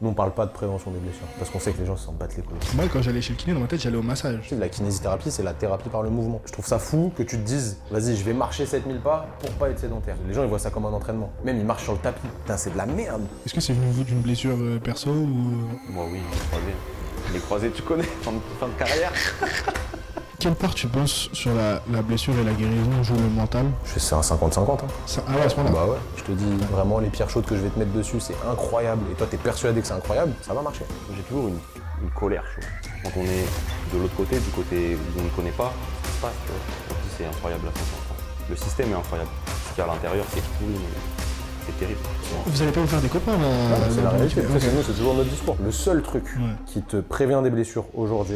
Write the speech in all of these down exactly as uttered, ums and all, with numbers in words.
Nous, on parle pas de prévention des blessures, parce qu'on sait que les gens s'en battent les couilles. Moi, quand j'allais chez le kiné, dans ma tête, j'allais au massage. La kinésithérapie, c'est la thérapie par le mouvement. Je trouve ça fou que tu te dises, vas-y, je vais marcher sept mille pas pour pas être sédentaire. Les gens, ils voient ça comme un entraînement. Même, ils marchent sur le tapis. Putain, c'est de la merde. Est-ce que c'est venu d'une blessure euh, perso ou... Moi, oui, les croisés. Les croisés, tu connais, fin de, fin de carrière. Quelle part tu penses sur la, la blessure et la guérison joue le mental? Je fais ça à cinquante cinquante. Hein. Ça, ah ouais, à ce moment-là. Bah ouais. Je te dis, vraiment, les pierres chaudes que je vais te mettre dessus, c'est incroyable. Et toi, t'es persuadé que c'est incroyable, ça va marcher. J'ai toujours une, une colère, tu vois. Quand on est de l'autre côté, du côté où on ne connaît pas ce qui se passe, tu vois. On se dit, c'est incroyable la sensation. Le système est incroyable. Ce qu'il y a à l'intérieur, c'est pourri, mais c'est terrible. Vous allez pas vous faire des copains là? Ah, c'est la réalité. Okay. C'est nous, c'est toujours notre discours. Le seul truc ouais. qui te prévient des blessures aujourd'hui.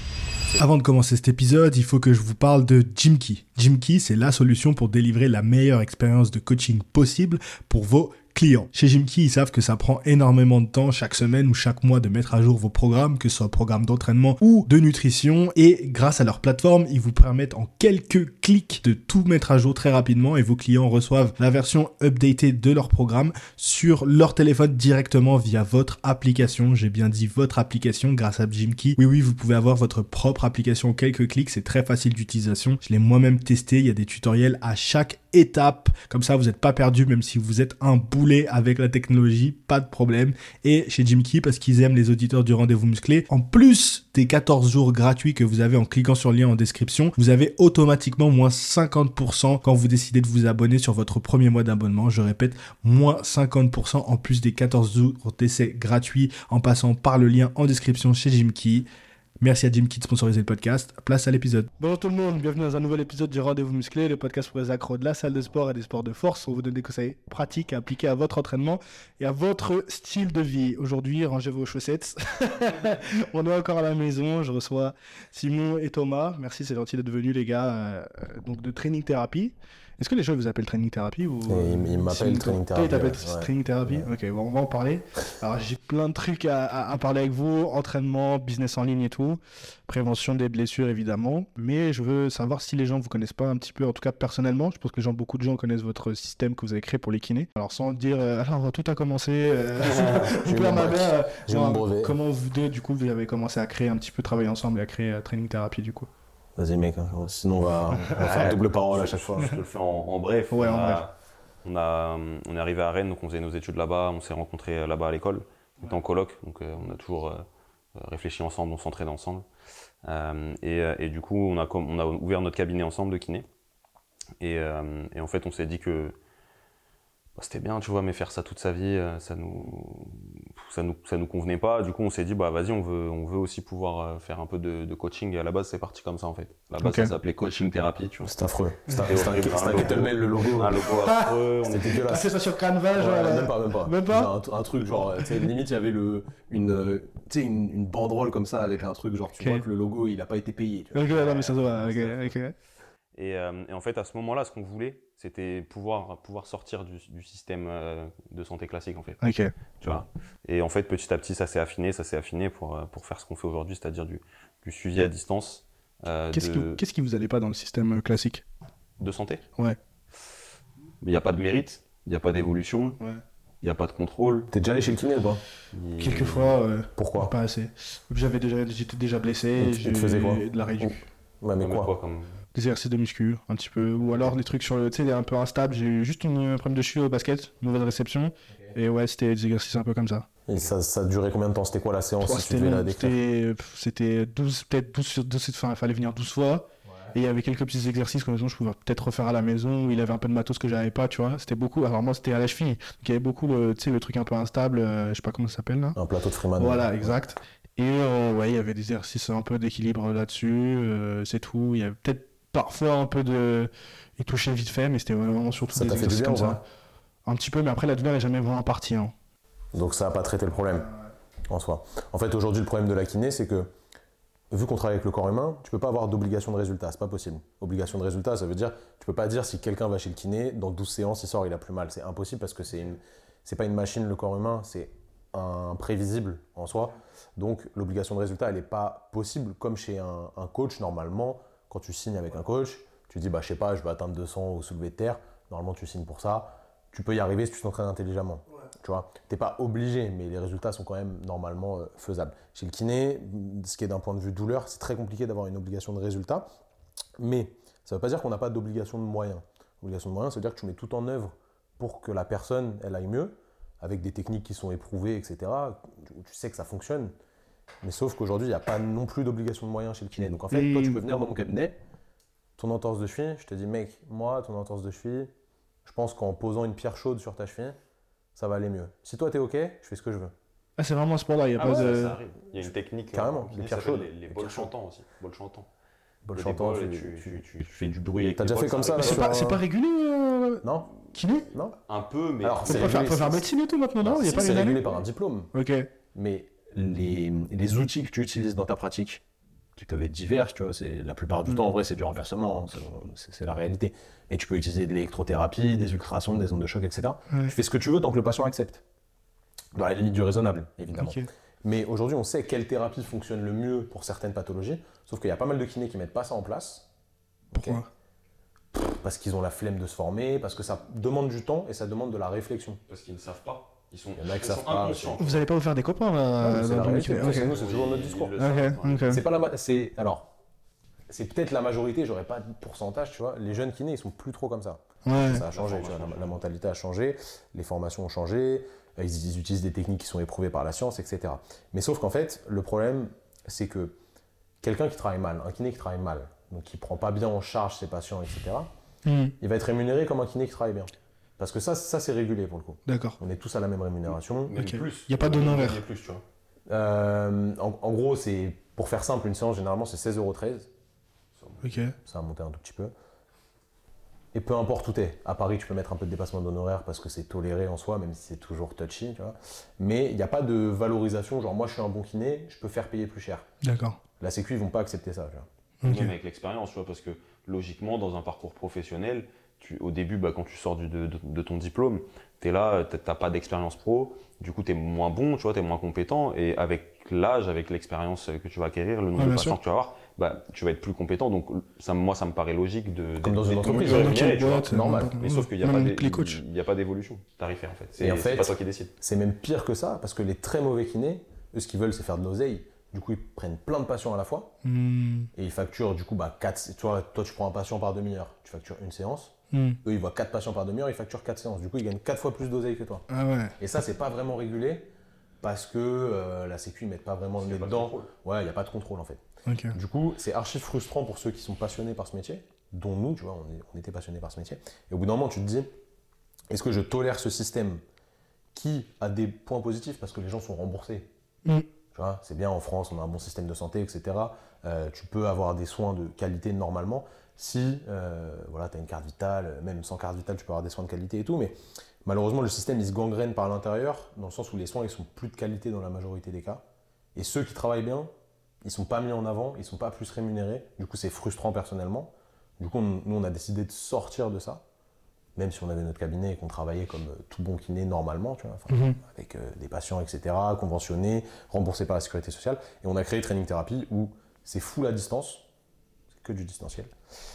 Avant de commencer cet épisode, il faut que je vous parle de Gymkey. Gymkey, c'est la solution pour délivrer la meilleure expérience de coaching possible pour vos clients. Chez Gymkey, ils savent que ça prend énormément de temps chaque semaine ou chaque mois de mettre à jour vos programmes, que ce soit programme d'entraînement ou de nutrition. Et grâce à leur plateforme, ils vous permettent en quelques clics de tout mettre à jour très rapidement et vos clients reçoivent la version updatée de leur programme sur leur téléphone directement via votre application. J'ai bien dit votre application grâce à Gymkey. Oui, oui, vous pouvez avoir votre propre application en quelques clics. C'est très facile d'utilisation. Je l'ai moi-même testé. Il y a des tutoriels à chaque étape. Comme ça, vous n'êtes pas perdu, même si vous êtes un boulet avec la technologie, pas de problème. Et chez Gymkey, parce qu'ils aiment les auditeurs du rendez-vous musclé, en plus des quatorze jours gratuits que vous avez en cliquant sur le lien en description, vous avez automatiquement moins cinquante pour cent quand vous décidez de vous abonner sur votre premier mois d'abonnement. Je répète, moins cinquante pour cent en plus des quatorze jours d'essai gratuits en passant par le lien en description chez Gymkey. Merci à Gymkey de sponsoriser le podcast. Place à l'épisode. Bonjour tout le monde, bienvenue dans un nouvel épisode du Rendez-vous Musclé, le podcast pour les accros de la salle de sport et des sports de force. On vous donne des conseils pratiques à appliquer à votre entraînement et à votre style de vie. Aujourd'hui, rangez vos chaussettes. On est encore à la maison. Je reçois Simon et Thomas. Merci, c'est gentil d'être venus les gars. Euh, donc de Training Therapy. Est-ce que les gens vous appellent Training Therapy ou... Ils il m'appellent Training Therapy. Ils t'appellent ouais. Training Therapy ouais. Ok, bon, on va en parler. Alors, j'ai plein de trucs à, à, à parler avec vous. Entraînement, business en ligne et tout. Prévention des blessures, évidemment. Mais je veux savoir si les gens vous connaissent pas un petit peu, en tout cas personnellement. Je pense que les gens, beaucoup de gens connaissent votre système que vous avez créé pour les kinés. Alors, sans dire, euh, alors, tout a commencé. Euh, j'ai eu ma mère, j'ai mon brevet. Comment vous deux, du coup, vous avez commencé à créer un petit peu, travailler ensemble et à créer euh, Training Therapy, du coup? Vas-y mec, hein, sinon on va, on va faire double parole à chaque fois. Je te le fais en, en bref. Ouais, on, en a, bref. On, a, on est arrivé à Rennes, donc on faisait nos études là-bas, on s'est rencontrés là-bas à l'école, on était en coloc, donc euh, on a toujours euh, réfléchi ensemble, on s'entraînait ensemble. Euh, et, et du coup, on a, on a ouvert notre cabinet ensemble de kiné. Et, euh, et en fait, on s'est dit que bah, c'était bien, tu vois, mais faire ça toute sa vie, ça nous, ça nous, ça nous convenait pas. Du coup, on s'est dit, bah vas-y, on veut, on veut aussi pouvoir faire un peu de, de coaching. Et à la base, c'est parti comme ça en fait. À la base, okay. Ça s'appelait Coaching Therapy, tu vois. C'est affreux. C'était un kettlebell le logo. Un logo affreux. C'était dégueulasse. C'est ça sur Canva, genre. Ouais, même pas, même pas. Même pas. Un, un truc genre, tu sais, limite, il y avait le, une, tu sais, une, une banderole comme ça avec un truc genre, tu okay. vois que le logo, il a pas été payé. Tu vois. Ok, non mais ça se voit. Ok, ok. Et, euh, et en fait, à ce moment-là, ce qu'on voulait, c'était pouvoir, pouvoir sortir du, du système euh, de santé classique, en fait. Ok. Tu vois. Et en fait, petit à petit, ça s'est affiné, ça s'est affiné pour, pour faire ce qu'on fait aujourd'hui, c'est-à-dire du, du suivi à distance. Euh, qu'est-ce, de... qui, qu'est-ce qui vous allait pas dans le système classique? De santé? Ouais. Il n'y a pas de mérite, il n'y a pas d'évolution. Ouais. Il n'y a pas de contrôle. T'es déjà allé chez le kiné ou pas? Et... Quelques fois. Euh, Pourquoi? Pas assez. J'avais déjà, j'étais déjà blessé. Tu te faisais quoi? De la réduction. Ouais, mais ouais, quoi, quoi comme... Des exercices de muscu, un petit peu. Ou alors des trucs sur le. Tu sais, un peu instable. J'ai eu juste un problème de cheville au basket, mauvaise réception. Okay. Et ouais, c'était des exercices un peu comme ça. Et ça, ça durait combien de temps? C'était quoi la séance? Oh, si tu devais la décrire? C'était, c'était douze, peut-être douze sur douze. Enfin, il fallait venir douze fois. Ouais. Et il y avait quelques petits exercices comme ça, je pouvais peut-être refaire à la maison. Où il avait un peu de matos que j'avais pas, tu vois. C'était beaucoup. Alors moi, c'était à la cheville. Donc il y avait beaucoup, le, tu sais, le truc un peu instable. Euh, je sais pas comment ça s'appelle là. Un plateau de Freeman. Voilà, ouais. Exact. Et euh, ouais, il y avait des exercices un peu d'équilibre là-dessus. Euh, c'est tout. Il y avait peut-être parfois un peu de. Il touchait vite fait, mais c'était vraiment surtout ça des t'a fait du bien, comme ça. Un petit peu, mais après la douleur n'est jamais vraiment partie. Hein. Donc ça n'a pas traité le problème en soi. En fait, aujourd'hui, le problème de la kiné, c'est que vu qu'on travaille avec le corps humain, tu peux pas avoir d'obligation de résultat, c'est pas possible. Obligation de résultat, ça veut dire tu peux pas dire si quelqu'un va chez le kiné, dans douze séances, il sort, il a plus mal. C'est impossible parce que c'est une, c'est pas une machine, le corps humain, c'est imprévisible en soi. Donc l'obligation de résultat, elle n'est pas possible comme chez un, un coach normalement. Quand tu signes avec un coach, tu dis bah je sais pas, je vais atteindre deux cents au soulevé de terre. Normalement, tu signes pour ça. Tu peux y arriver si tu t'entraînes intelligemment. Ouais. tu vois. T'es pas obligé, mais les résultats sont quand même normalement euh, faisables. Chez le kiné, ce qui est d'un point de vue douleur, c'est très compliqué d'avoir une obligation de résultat, mais ça veut pas dire qu'on n'a pas d'obligation de moyens. L'obligation de moyens, ça veut dire que tu mets tout en œuvre pour que la personne, elle aille mieux, avec des techniques qui sont éprouvées, et cetera. Tu, tu sais que ça fonctionne, mais sauf qu'aujourd'hui, il n'y a pas non plus d'obligation de moyens chez le kiné. Donc en fait, Et... toi, tu peux venir dans mon cabinet, ton entorse de cheville, je te dis, mec, moi, ton entorse de cheville, je pense qu'en posant une pierre chaude sur ta cheville, ça va aller mieux. Si toi, t'es OK, je fais ce que je veux. Ah, c'est vraiment à ce point-là, il n'y a Ah pas ouais, de... ça arrive. Il y a une technique. Carrément, euh, les qui pierres s'appelle chaudes. Les, les Les bols pierres chantants aussi. Bols chantants. Bol Le chantant, débol, tu, tu, tu, tu, tu fais du bruit avec T'as tes déjà bols, fait comme ça, là, C'est sur- pas, c'est pas régulé, euh... Non, kiné? non. Un peu, mais. Alors, On c'est peut faire, régulé, faut faire c'est- médecine et tout maintenant, non? Il y a Si, pas c'est une régulé année? par un diplôme. Ok. Mais les, les outils que tu utilises dans ta pratique, qui peuvent être divers, tu vois, c'est, la plupart du temps, en vrai, c'est du renversement, c'est, c'est, c'est la réalité. Et tu peux utiliser de l'électrothérapie, des ultrasons, des ondes de choc, et cetera. Ouais. Tu fais ce que tu veux tant que le patient accepte. Dans la limite du raisonnable, évidemment. Ok. Mais aujourd'hui, on sait quelle thérapie fonctionne le mieux pour certaines pathologies, sauf qu'il y a pas mal de kinés qui mettent pas ça en place. Pourquoi? Ok. Parce qu'ils ont la flemme de se former, parce que ça demande du temps et ça demande de la réflexion. Parce qu'ils ne savent pas. Ils sont, Il y en a qui ils savent sont pas, inconscients. Vous allez pas vous faire des copains, là? Ouais, mais c'est dans la le réalité, métier? après, c'est Ok. nous, c'est toujours notre discours. Ils le savent, Ok, ouais. ok. C'est pas la ma- c'est alors c'est peut-être la majorité, j'aurais pas de pourcentage, tu vois. Les jeunes kinés, ils sont plus trop comme ça. Ouais. Ça a changé, tu vois. La, la mentalité a changé, les formations ont changé, ils, ils utilisent des techniques qui sont éprouvées par la science, et cetera. Mais sauf qu'en fait, le problème, c'est que quelqu'un qui travaille mal, un kiné qui travaille mal, donc qui prend pas bien en charge ses patients, et cetera, Hmm. il va être rémunéré comme un kiné qui travaille bien. Parce que ça, ça c'est régulé pour le coup. D'accord. On est tous à la même rémunération. Même Ok. plus. Y a pas de d'honneur. Il y a plus, tu vois. Euh, en, en gros, c'est pour faire simple, une séance généralement c'est seize euros treize. Ok. Ça a monté un tout petit peu. Et peu importe où t'es. À Paris, tu peux mettre un peu de dépassement d'honoraires parce que c'est toléré en soi, même si c'est toujours touchy, tu vois. Mais il n'y a pas de valorisation, genre moi je suis un bon kiné, je peux faire payer plus cher. D'accord. La Sécu, ils vont pas accepter ça, tu vois. Ok. Même avec l'expérience, tu vois, parce que logiquement, dans un parcours professionnel, tu, au début, bah, quand tu sors du- de, de- de ton diplôme, tu es là, tu n'as pas d'expérience pro, du coup, tu es moins bon, tu vois, tu es moins compétent, et avec l'âge, avec l'expérience que tu vas acquérir, le nombre Ouais, de bien patients sûr. que tu vas avoir, bah, tu vas être plus compétent. Donc, ça, moi, ça me paraît logique de. Comme dans une d'être entreprise, plus ouais, rémunéré, quelle tu vois. boîte, normal. euh, Mais sauf qu'il n'y a, même pas avec d'é- les coachs. il y a pas d'évolution tarifaire, en fait. C'est Et en c'est fait- pas toi qui décides. C'est même pire que ça, parce que les très mauvais kinés, eux, ce qu'ils veulent, c'est faire de l'oseille. Du coup, ils prennent plein de patients à la fois, Hmm. et ils facturent, du coup, bah, quatre, tu vois, toi, tu prends un patient par demi-heure, tu factures une séance. Hmm. Eux, ils voient quatre patients par demi-heure, ils facturent quatre séances. Du coup, ils gagnent quatre fois plus d'oseille que toi. Ah ouais. Et ça, c'est pas vraiment régulé, parce que euh, la Sécu, ils mettent pas vraiment le Parce nez qu'il y a pas de dedans. contrôle. Ouais, il n'y a pas de contrôle, en fait. Ok. Du coup, c'est archi frustrant pour ceux qui sont passionnés par ce métier, dont nous, tu vois, on, est- on était passionnés par ce métier. Et au bout d'un moment, tu te dis, est-ce que je tolère ce système qui a des points positifs parce que les gens sont remboursés? Hmm. Tu vois, c'est bien en France, on a un bon système de santé, et cetera. Euh, tu peux avoir des soins de qualité normalement. Si euh, voilà, tu as une carte vitale, même sans carte vitale, tu peux avoir des soins de qualité et tout. Mais malheureusement, le système, il se gangrène par l'intérieur, dans le sens où les soins, ils sont plus de qualité dans la majorité des cas. Et ceux qui travaillent bien, ils sont pas mis en avant, ils sont pas plus rémunérés. Du coup, c'est frustrant personnellement. Du coup, on- nous, on a décidé de sortir de ça, même si on avait notre cabinet et qu'on travaillait comme euh, tout bon kiné normalement, tu vois, enfin, Mhm. avec euh, des patients, et cetera, conventionnés, remboursés par la sécurité sociale. Et on a créé Training Therapy où c'est full à distance, c'est que du distanciel,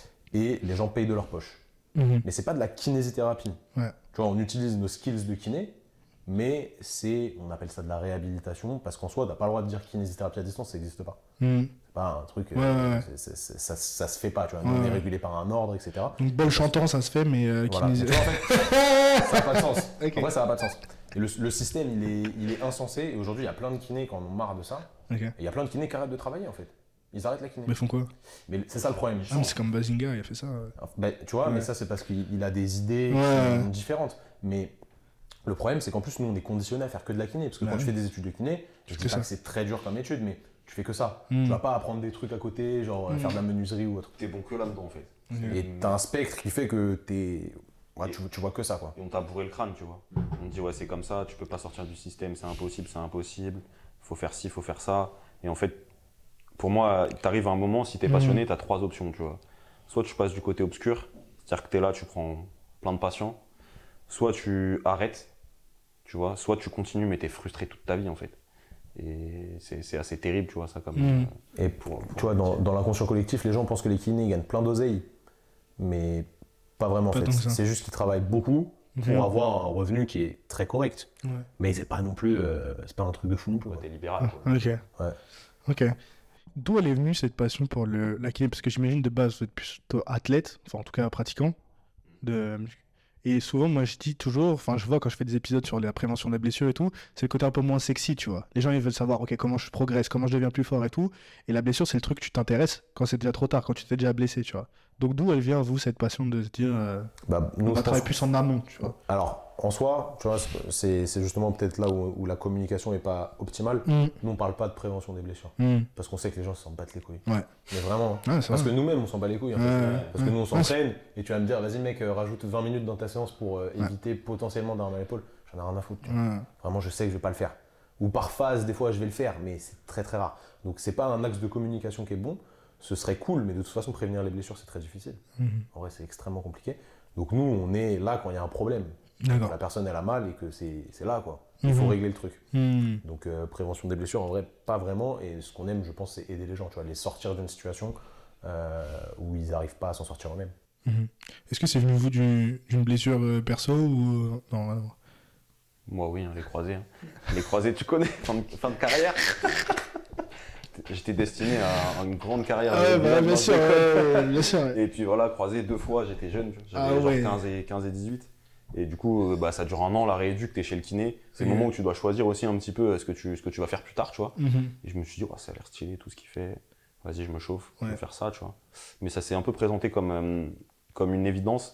et les gens payent de leur poche. Mhm. Mais c'est pas de la kinésithérapie. Ouais. Tu vois, on utilise nos skills de kiné, mais c'est, on appelle ça de la réhabilitation, parce qu'en soi, t'as pas le droit de dire kinésithérapie à distance, ça n'existe pas. Hmm. C'est pas un truc, Ouais, euh, ouais, ouais. c'est- c'est- c'est- ça, ça se fait pas, tu vois. Nous, Ouais, on est ouais. régulé par un ordre, et cetera. Donc bol chantant, ça se fait, mais euh, Voilà. kinési- Mais tu vois, en fait, ça n'a pas de sens. Ok. En vrai, ça n'a pas de sens. Et le, le système, il est, il est insensé, et aujourd'hui, il y a plein de kinés qui en ont marre de ça, Ok. et il y a plein de kinés qui arrêtent de travailler, en fait. Ils arrêtent la kiné. Mais ils font quoi? Mais c'est ça le problème. Ah, mais c'est comme Bazinga, il a fait ça. euh. Ben, tu vois, Ouais. mais ça, c'est parce qu'il il a des idées Ouais, qui ouais. sont différentes. Mais le problème, c'est qu'en plus, nous, on est conditionné à faire que de la kiné. Parce que Bah quand tu oui. fais des études de kiné, je que dis pas ça. que c'est très dur comme étude, mais tu fais que ça. Mm. Tu vas pas apprendre des trucs à côté, genre euh, Mm. faire de la menuiserie ou autre. T'es bon que là-dedans, en fait. Ok. Et t'as un spectre qui fait que t'es. Ouais, Et- tu, tu vois que ça, quoi. Et on t'a bourré le crâne, tu vois. On te dit, ouais, c'est comme ça, tu peux pas sortir du système, c'est impossible, c'est impossible, faut faire ci, faut faire ça. Et en fait, pour moi, t'arrives à un moment, si t'es Mhm. passionné, t'as trois options, tu vois. Soit tu passes du côté obscur, c'est-à-dire que t'es là, tu prends plein de patients. Soit tu arrêtes, tu vois. Soit tu continues, mais t'es frustré toute ta vie, en fait. Et c'est c'est assez terrible, tu vois, ça, comme. Mhm. euh, Et pour- pour tu vois, un dans, métier. dans l'inconscient collectif, les gens pensent que les kinés gagnent plein d'oseille. Mais pas vraiment, Pas en fait. tant que ça. C'est juste qu'ils travaillent beaucoup pour Ouais. avoir un revenu qui est très correct. Ouais. Mais c'est pas non plus, euh, c'est pas un truc de fou non plus. Ouais, quoi. t'es libéral. Ah, quoi. ok. Ouais. Ok. D'où elle est venue cette passion pour le, la kiné? Parce que j'imagine de base, vous êtes plutôt athlète, enfin en tout cas pratiquant. De... Et souvent, moi je dis toujours, enfin je vois quand je fais des épisodes sur la prévention des blessures et tout, c'est le côté un peu moins sexy, tu vois. Les gens ils veulent savoir, ok, comment je progresse, comment je deviens plus fort et tout. Et la blessure, c'est le truc que tu t'intéresses quand c'est déjà trop tard, quand tu t'es déjà blessé, tu vois. Donc d'où elle vient, vous, cette passion de se dire, euh, Bah, on nous, va je travailler pense- plus en amont, tu vois. Alors, en soi, tu vois, c'est c'est justement peut-être là où, où la communication n'est pas optimale. Mm. Nous, on parle pas de prévention des blessures. Mm. Parce qu'on sait que les gens s'en battent les couilles. Ouais. Mais vraiment. Ouais, c'est Parce vrai. que nous-mêmes, on s'en bat les couilles. En fait. Ouais, Parce que ouais. nous, on Ouais, s'entraîne et tu vas me dire, vas-y, mec, euh, rajoute vingt minutes dans ta séance pour euh, Ouais. éviter potentiellement d'avoir mal à l'épaule. J'en ai rien à foutre. Tu vois. Ouais. Vraiment, je sais que je vais pas le faire. Ou par phase, des fois, je vais le faire, mais c'est très très rare. Donc, c'est pas un axe de communication qui est bon. Ce serait cool, mais de toute façon, prévenir les blessures, c'est très difficile. Mhm. En vrai, c'est extrêmement compliqué. Donc, nous, on est là quand il y a un problème. D'accord. La personne, elle a mal et que c'est c'est là, quoi. Il faut Mhm. régler le truc. Mm. Donc, euh, prévention des blessures, en vrai, pas vraiment. Et ce qu'on aime, je pense, c'est aider les gens, tu vois, les sortir d'une situation euh, où ils n'arrivent pas à s'en sortir eux-mêmes. Mhm. Est-ce que c'est venu vous du- d'une blessure euh, perso ou euh, non, non. Moi, oui, hein, les croisés. hein. Les croisés, tu connais, fin de, fin de carrière. J'étais destiné à une grande carrière. Ah ouais, de bah, village, bien dans sûr, le décor. ouais, ouais, bien sûr. Ouais. Et puis voilà, croisé deux fois, j'étais jeune, j'avais Ah genre ouais. quinze, et, quinze et dix-huit. Et du coup, euh, bah, ça dure un an, la rééduque, t'es chez le kiné. C'est le Mhm. moment où tu dois choisir aussi un petit peu euh, ce que tu, ce que tu vas faire plus tard, tu vois. Mhm. Et je me suis dit, oh, ça a l'air stylé, tout ce qu'il fait. Vas-y, je me chauffe, je Ouais. vais faire ça, tu vois. Mais ça s'est un peu présenté comme, euh, comme une évidence.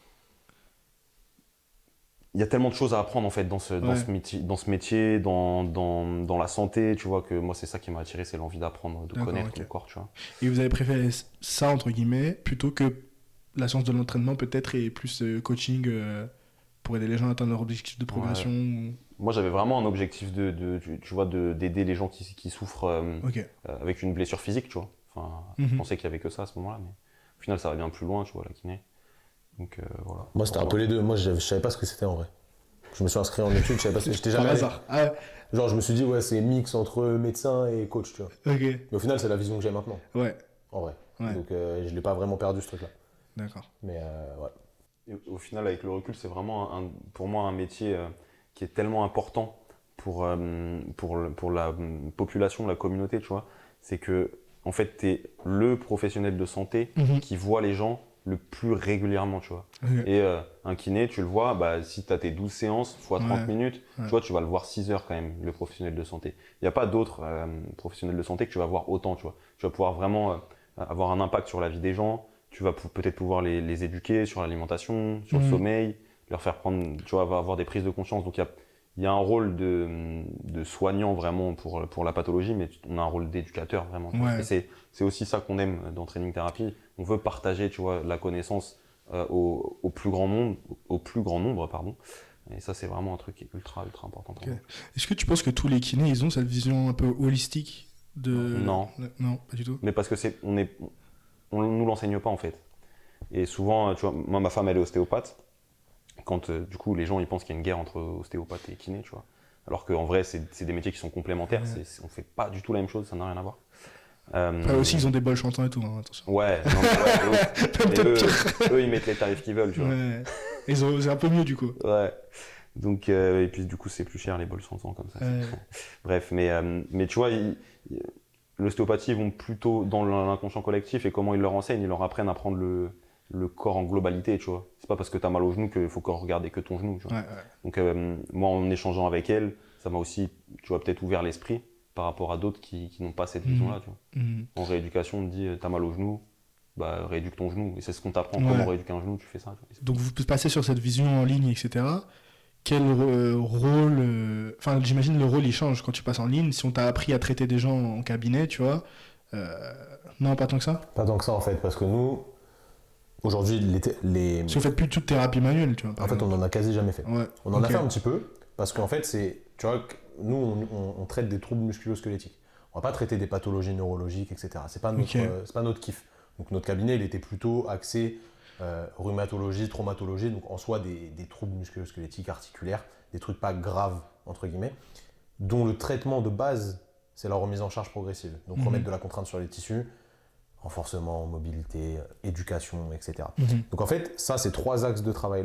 Il y a tellement de choses à apprendre en fait dans ce, dans Ouais. ce métier, dans, ce métier dans, dans, dans la santé, tu vois, que moi c'est ça qui m'a attiré, c'est l'envie d'apprendre, de D'accord, connaître ok. mon corps, tu vois. Et vous avez préféré ça, entre guillemets, plutôt que la science de l'entraînement, peut-être, et plus euh, coaching euh, pour aider les gens à atteindre leur objectif de progression ou- Moi j'avais vraiment un objectif de, de tu, tu vois, de, d'aider les gens qui, qui souffrent euh, Ok. euh, avec une blessure physique, tu vois. Enfin, Mhm. je pensais qu'il y avait que ça à ce moment-là, mais au final ça va bien plus loin, tu vois, la kiné. Donc euh, voilà. Moi, c'était un peu les deux. Moi, je je savais pas ce que c'était en vrai. Je me suis inscrit en études, je savais pas ce que j'étais Par jamais allé. hasard. Ah, Genre, je me suis dit, ouais, c'est mix entre médecin et coach, tu vois. ok. Mais au final, c'est la vision que j'ai maintenant, Ouais. en vrai. Ouais. Donc, euh, je l'ai pas vraiment perdu, ce truc-là. D'accord. Mais euh, ouais. Et au final, avec le recul, c'est vraiment un- pour moi un métier euh, qui est tellement important pour, euh, pour, le- pour la euh, population, la communauté, tu vois. C'est que, en fait, tu es le professionnel de santé Mhm. qui voit les gens le plus régulièrement, tu vois. Ok. Et euh, un kiné, tu le vois, bah, si tu as tes douze séances fois trente Ouais. minutes, Ouais. tu vois, tu vas le voir six heures quand même, le professionnel de santé. Il n'y a pas d'autres euh, professionnels de santé que tu vas voir autant, tu vois. Tu vas pouvoir vraiment euh, avoir un impact sur la vie des gens, tu vas pou- peut-être pouvoir les, les éduquer sur l'alimentation, sur Mhm. le sommeil, leur faire prendre, tu vois, avoir des prises de conscience. Donc il y a, il y a un rôle de, de soignant vraiment pour, pour la pathologie, mais on a un rôle d'éducateur vraiment. tu vois. Ouais. Et c'est, c'est aussi ça qu'on aime dans Training Therapy. On veut partager, tu vois, la connaissance euh, au, au plus grand nombre, au plus grand nombre, pardon. Et ça, c'est vraiment un truc qui est ultra, ultra important pour Ok. moi. Est-ce que tu penses que tous les kinés, ils ont cette vision un peu holistique de... Non. Non, pas du tout. Mais parce que c'est, on est, on nous l'enseigne pas en fait. Et souvent, tu vois, moi, ma femme, elle est ostéopathe. Quand, euh, du coup, les gens, ils pensent qu'il y a une guerre entre ostéopathe et kiné, tu vois. Alors qu'en vrai, c'est, c'est des métiers qui sont complémentaires. Ouais. C'est, c'est- on fait pas du tout la même chose, ça n'a rien à voir. Euh, Après aussi, ils ont des bols chantants et tout, hein, attention. Ouais, non, mais ouais, de ouf. Mais Peut-être eux, pire. eux, ils mettent les tarifs qu'ils veulent, tu vois. Ouais. Ils ont... C'est un peu mieux, du coup. Ouais. Donc, euh, et puis du coup, c'est plus cher les bols cent comme ça. Ouais. Bref, mais, euh, mais tu vois, ils- ils- l'ostéopathie, ils vont plutôt dans l'inconscient collectif et comment ils leur enseignent, ils leur apprennent à prendre le, le corps en globalité, tu vois. C'est pas parce que t'as mal au genou qu'il faut que regarder que ton genou, tu vois. Ouais, ouais. Donc, euh, moi, en échangeant avec elle, ça m'a aussi, tu vois, peut-être ouvert l'esprit par rapport à d'autres qui, qui n'ont pas cette Mhm. vision-là, tu vois. Mhm. En rééducation, on te dit, euh, t'as mal au genou, bah, rééduque ton genou. Et c'est ce qu'on t'apprend, Ouais. comment rééduquer un genou, tu fais ça. tu vois. Donc vous passez sur cette vision en ligne, et cetera. Quel euh, rôle... euh, Enfin, j'imagine le rôle, il change quand tu passes en ligne. Si on t'a appris à traiter des gens en cabinet, tu vois... euh, Non, pas tant que ça. Pas tant que ça, en fait, parce que nous, aujourd'hui, les, thé- les... Parce que vous faites plus toute thérapie manuelle, tu vois. par en fait, on exemple. en a quasi jamais fait. Ouais. On en Ok. a fait un petit peu, parce qu'en fait, c'est, tu vois, que nous, on, on- on traite des troubles musculo-squelettiques. On va pas traiter des pathologies neurologiques, et cetera. C'est pas notre, Ok. euh, c'est pas notre kiff. Donc notre cabinet, il était plutôt axé euh, rhumatologie, traumatologie, donc en soi des, des troubles musculo-squelettiques, articulaires, des trucs pas graves, entre guillemets, dont le traitement de base, c'est la remise en charge progressive. Donc Mhm. remettre de la contrainte sur les tissus, renforcement, mobilité, éducation, et cetera. Mhm. Donc en fait, ça, ces trois axes de travail-là,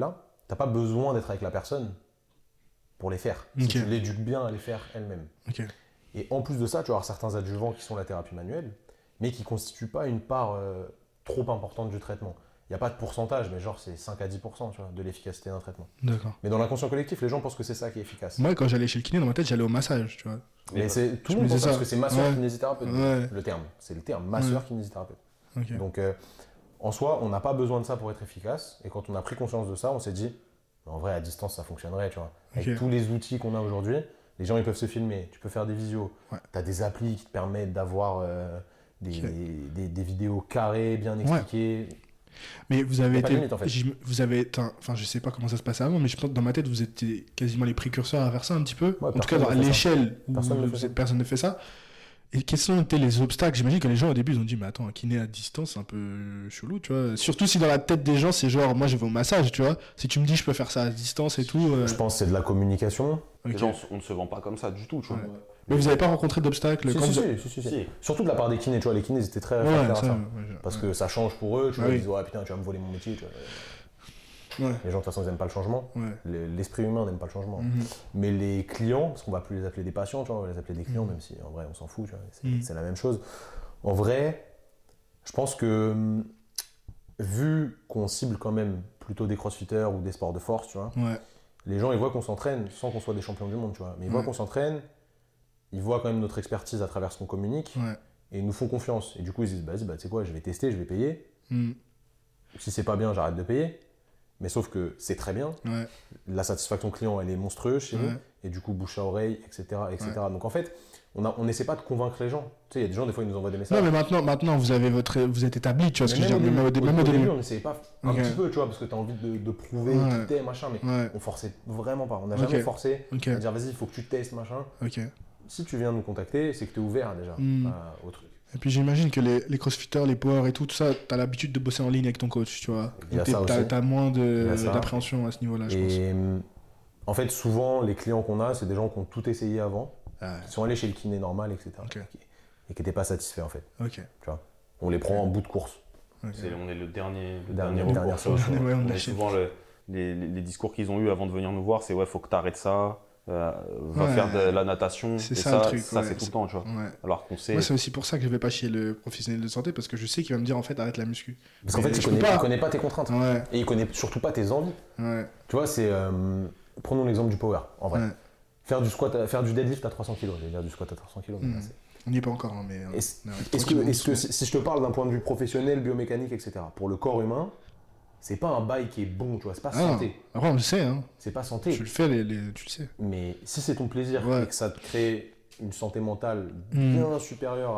t'as pas besoin d'être avec la personne pour les faire. Si okay. tu l'éduques bien à les faire elle-même. Okay. Et en plus de ça, tu vas avoir certains adjuvants qui sont la thérapie manuelle, mais qui ne constituent pas une part euh, trop importante du traitement. Il n'y a pas de pourcentage, mais genre c'est cinq à dix pour cent tu vois, de l'efficacité d'un traitement. D'accord. Mais dans l'inconscient collectif, les gens pensent que c'est ça qui est efficace. Moi, quand j'allais chez le kiné, dans ma tête, j'allais au massage, tu vois. Mais ouais. c'est, tout Je le monde me pense disais ça, ça. parce que c'est masseur Ouais. kinésithérapeute, Ouais. le terme. C'est le terme, masseur Ouais. kinésithérapeute. Okay. Donc euh, en soi, on n'a pas besoin de ça pour être efficace. Et quand on a pris conscience de ça, on s'est dit, en vrai, à distance, ça fonctionnerait, tu vois. Avec Okay. tous les outils qu'on a aujourd'hui, les gens ils peuvent se filmer, tu peux faire des visios, Ouais. tu as des applis qui te permettent d'avoir euh, des, Okay. des, des vidéos carrées, bien expliquées. Mais vous avez Y a pas de été, limite, en fait. j'im- vous avez été, un- enfin je sais pas comment ça se passait avant, mais je pense que dans ma tête vous étiez quasiment les précurseurs à faire ça un petit peu. Ouais, en tout cas personne dans- à ne fait ça. l'échelle où Personne ne vous fait êtes- ça. personne ne fait ça. Et quels sont été les obstacles? J'imagine que les gens au début ils ont dit mais attends, un kiné à distance c'est un peu chelou, tu vois. Surtout si dans la tête des gens c'est genre moi je vais au massage, tu vois. Si tu me dis je peux faire ça à distance et tout. euh, Je pense que c'est de la communication. ok. Les gens, on ne se vend pas comme ça du tout, tu vois. Ouais. Mais vous avez pas rencontré d'obstacles Si, quand si, vous- si, si, si, si. Si. Surtout de la part des kinés, tu vois, les kinés ils étaient très Ouais, réfractaires à ça, ça. ouais, ouais, Parce ouais. que ça change pour eux, tu vois, Oui. ils disent ouais putain tu vas me voler mon métier, tu vois. Ouais. Les gens de toute façon ils n'aiment pas le changement. Ouais. Le- L'esprit humain n'aime pas le changement. Mhm. Mais les clients, parce qu'on va plus les appeler des patients, tu vois, on va les appeler des clients, Mhm. même si en vrai on s'en fout, tu vois, c'est Mhm. c'est la même chose. En vrai, je pense que hum, vu qu'on cible quand même plutôt des crossfitters ou des sports de force, tu vois, Ouais. les gens ils voient qu'on s'entraîne sans qu'on soit des champions du monde, tu vois. Mais ils voient Ouais. qu'on s'entraîne, ils voient quand même notre expertise à travers ce qu'on communique Ouais. et ils nous font confiance. Et du coup ils se disent, vas-y, bah, tu sais quoi, je vais tester, je vais payer. Mhm. Si c'est pas bien, j'arrête de payer. Mais sauf que c'est très bien. Ouais. La satisfaction client, elle est monstrueuse chez Ouais. nous. Et du coup, bouche à oreille, et cetera et cetera. Donc en fait, on a- on n'essaie pas de convaincre les gens. Tu sais, il y a des gens, des fois, ils nous envoient des messages. Non mais maintenant, maintenant vous avez votre, vous êtes établi, tu vois ce que Mais je veux dire. Même au dé- même au début. on n'essayait pas un Ok. petit peu, tu vois, parce que tu as envie de, de prouver Ouais. qui t'es, machin. Mais Ouais. on forçait vraiment pas. On n'a Ok. jamais forcé Ok. à dire, vas-y, il faut que tu testes, machin. Ok. Si tu viens nous contacter, c'est que tu es ouvert déjà Mm. à- au truc. Et puis j'imagine que les, les crossfitters, les power et tout, tout ça, t'as l'habitude de bosser en ligne avec ton coach, tu vois. Il y a Donc ça t'es- t'as, aussi. t'as moins Il y de, a ça. d'appréhension à ce niveau-là, je pense. Et hum, en fait, souvent, les clients qu'on a, c'est des gens qui ont tout essayé avant, Ah, qui sont allés chez le kiné normal, et cetera. Ok. Et qui n'étaient pas satisfaits, en fait. ok. Tu vois. On les prend en bout de course. ok. C'est- on est le dernier, le Dernier- dernier dernière recours. solution. Ouais, on On a est chez- souvent le- les, les- les discours qu'ils ont eu avant de venir nous voir, c'est ouais, faut que tu arrêtes ça, euh, va Ouais. faire de la natation. C'est et ça, ça, le truc, ça ouais. c'est tout le temps, tu vois. Ouais. Alors qu'on sait. Moi, c'est aussi pour ça que je vais pas chez le professionnel de santé, parce que je sais qu'il va me dire en fait arrête la muscu. Parce qu'en Mais fait, il je peux connaît, pas. il connaît pas tes contraintes. Ouais, Et il connaît surtout pas tes envies. ouais, Tu vois, c'est. euh, prenons l'exemple du power, en vrai. ouais. Faire, du squat à- faire du deadlift à trois cents kilos. Je vais dire du squat à trois cents kilos. mais Mm. là, c'est- On n'y est pas encore, hein, mais. euh, Est-ce ouais, est-ce que, tranquillement, est-ce que doucement. si si je te parle d'un point de vue professionnel, biomécanique, et cetera, pour le corps humain, c'est pas un bail qui est bon, tu vois, c'est pas Ah, santé. après, on le sait, hein. C'est pas santé. Tu le fais, les, les- tu le sais. Mais si c'est ton plaisir Ouais. et que ça te crée une santé mentale Mm. bien supérieure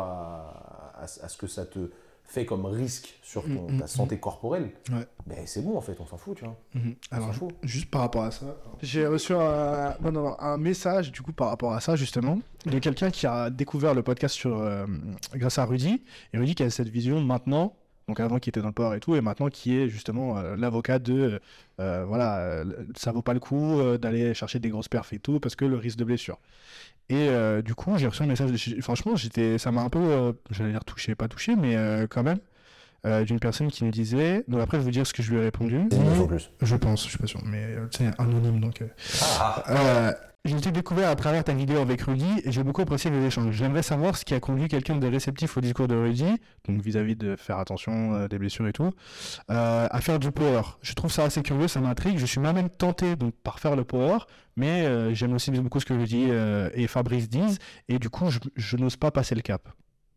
à, à, à ce que ça te fait comme risque sur ton- Mm, mm, ta santé corporelle, Ouais. ben c'est bon en fait, on s'en fout, tu vois. Mhm. Alors, s'en ju- fout. juste par rapport à ça, j'ai reçu un, non, non, un message du coup par rapport à ça justement de quelqu'un qui a découvert le podcast sur, euh, grâce à Rudy, et Rudy qui a cette vision maintenant, donc avant qui était dans le power et tout, et maintenant qui est justement euh, l'avocat de euh, voilà, euh, ça vaut pas le coup euh, d'aller chercher des grosses perfs et tout parce que le risque de blessure. Et euh, du coup j'ai reçu un message, de, franchement j'étais, ça m'a un peu, euh, j'allais dire touché, pas touché, mais euh, quand même. Euh, d'une personne qui me disait, donc après je vais vous dire ce que je lui ai répondu. En plus. Je pense, je suis pas sûr, mais euh, c'est anonyme donc. euh. Ah, Euh, j'ai été découvert à travers ta vidéo avec Rudy et j'ai beaucoup apprécié les échanges. J'aimerais savoir ce qui a conduit quelqu'un de réceptif au discours de Rudy, donc vis-à-vis de faire attention euh, des blessures et tout, euh, à faire du power. Je trouve ça assez curieux, ça m'intrigue. Je suis même tenté donc par faire le power, mais euh, j'aime aussi beaucoup ce que Rudy euh, et Fabrice disent et du coup je, je n'ose pas passer le cap.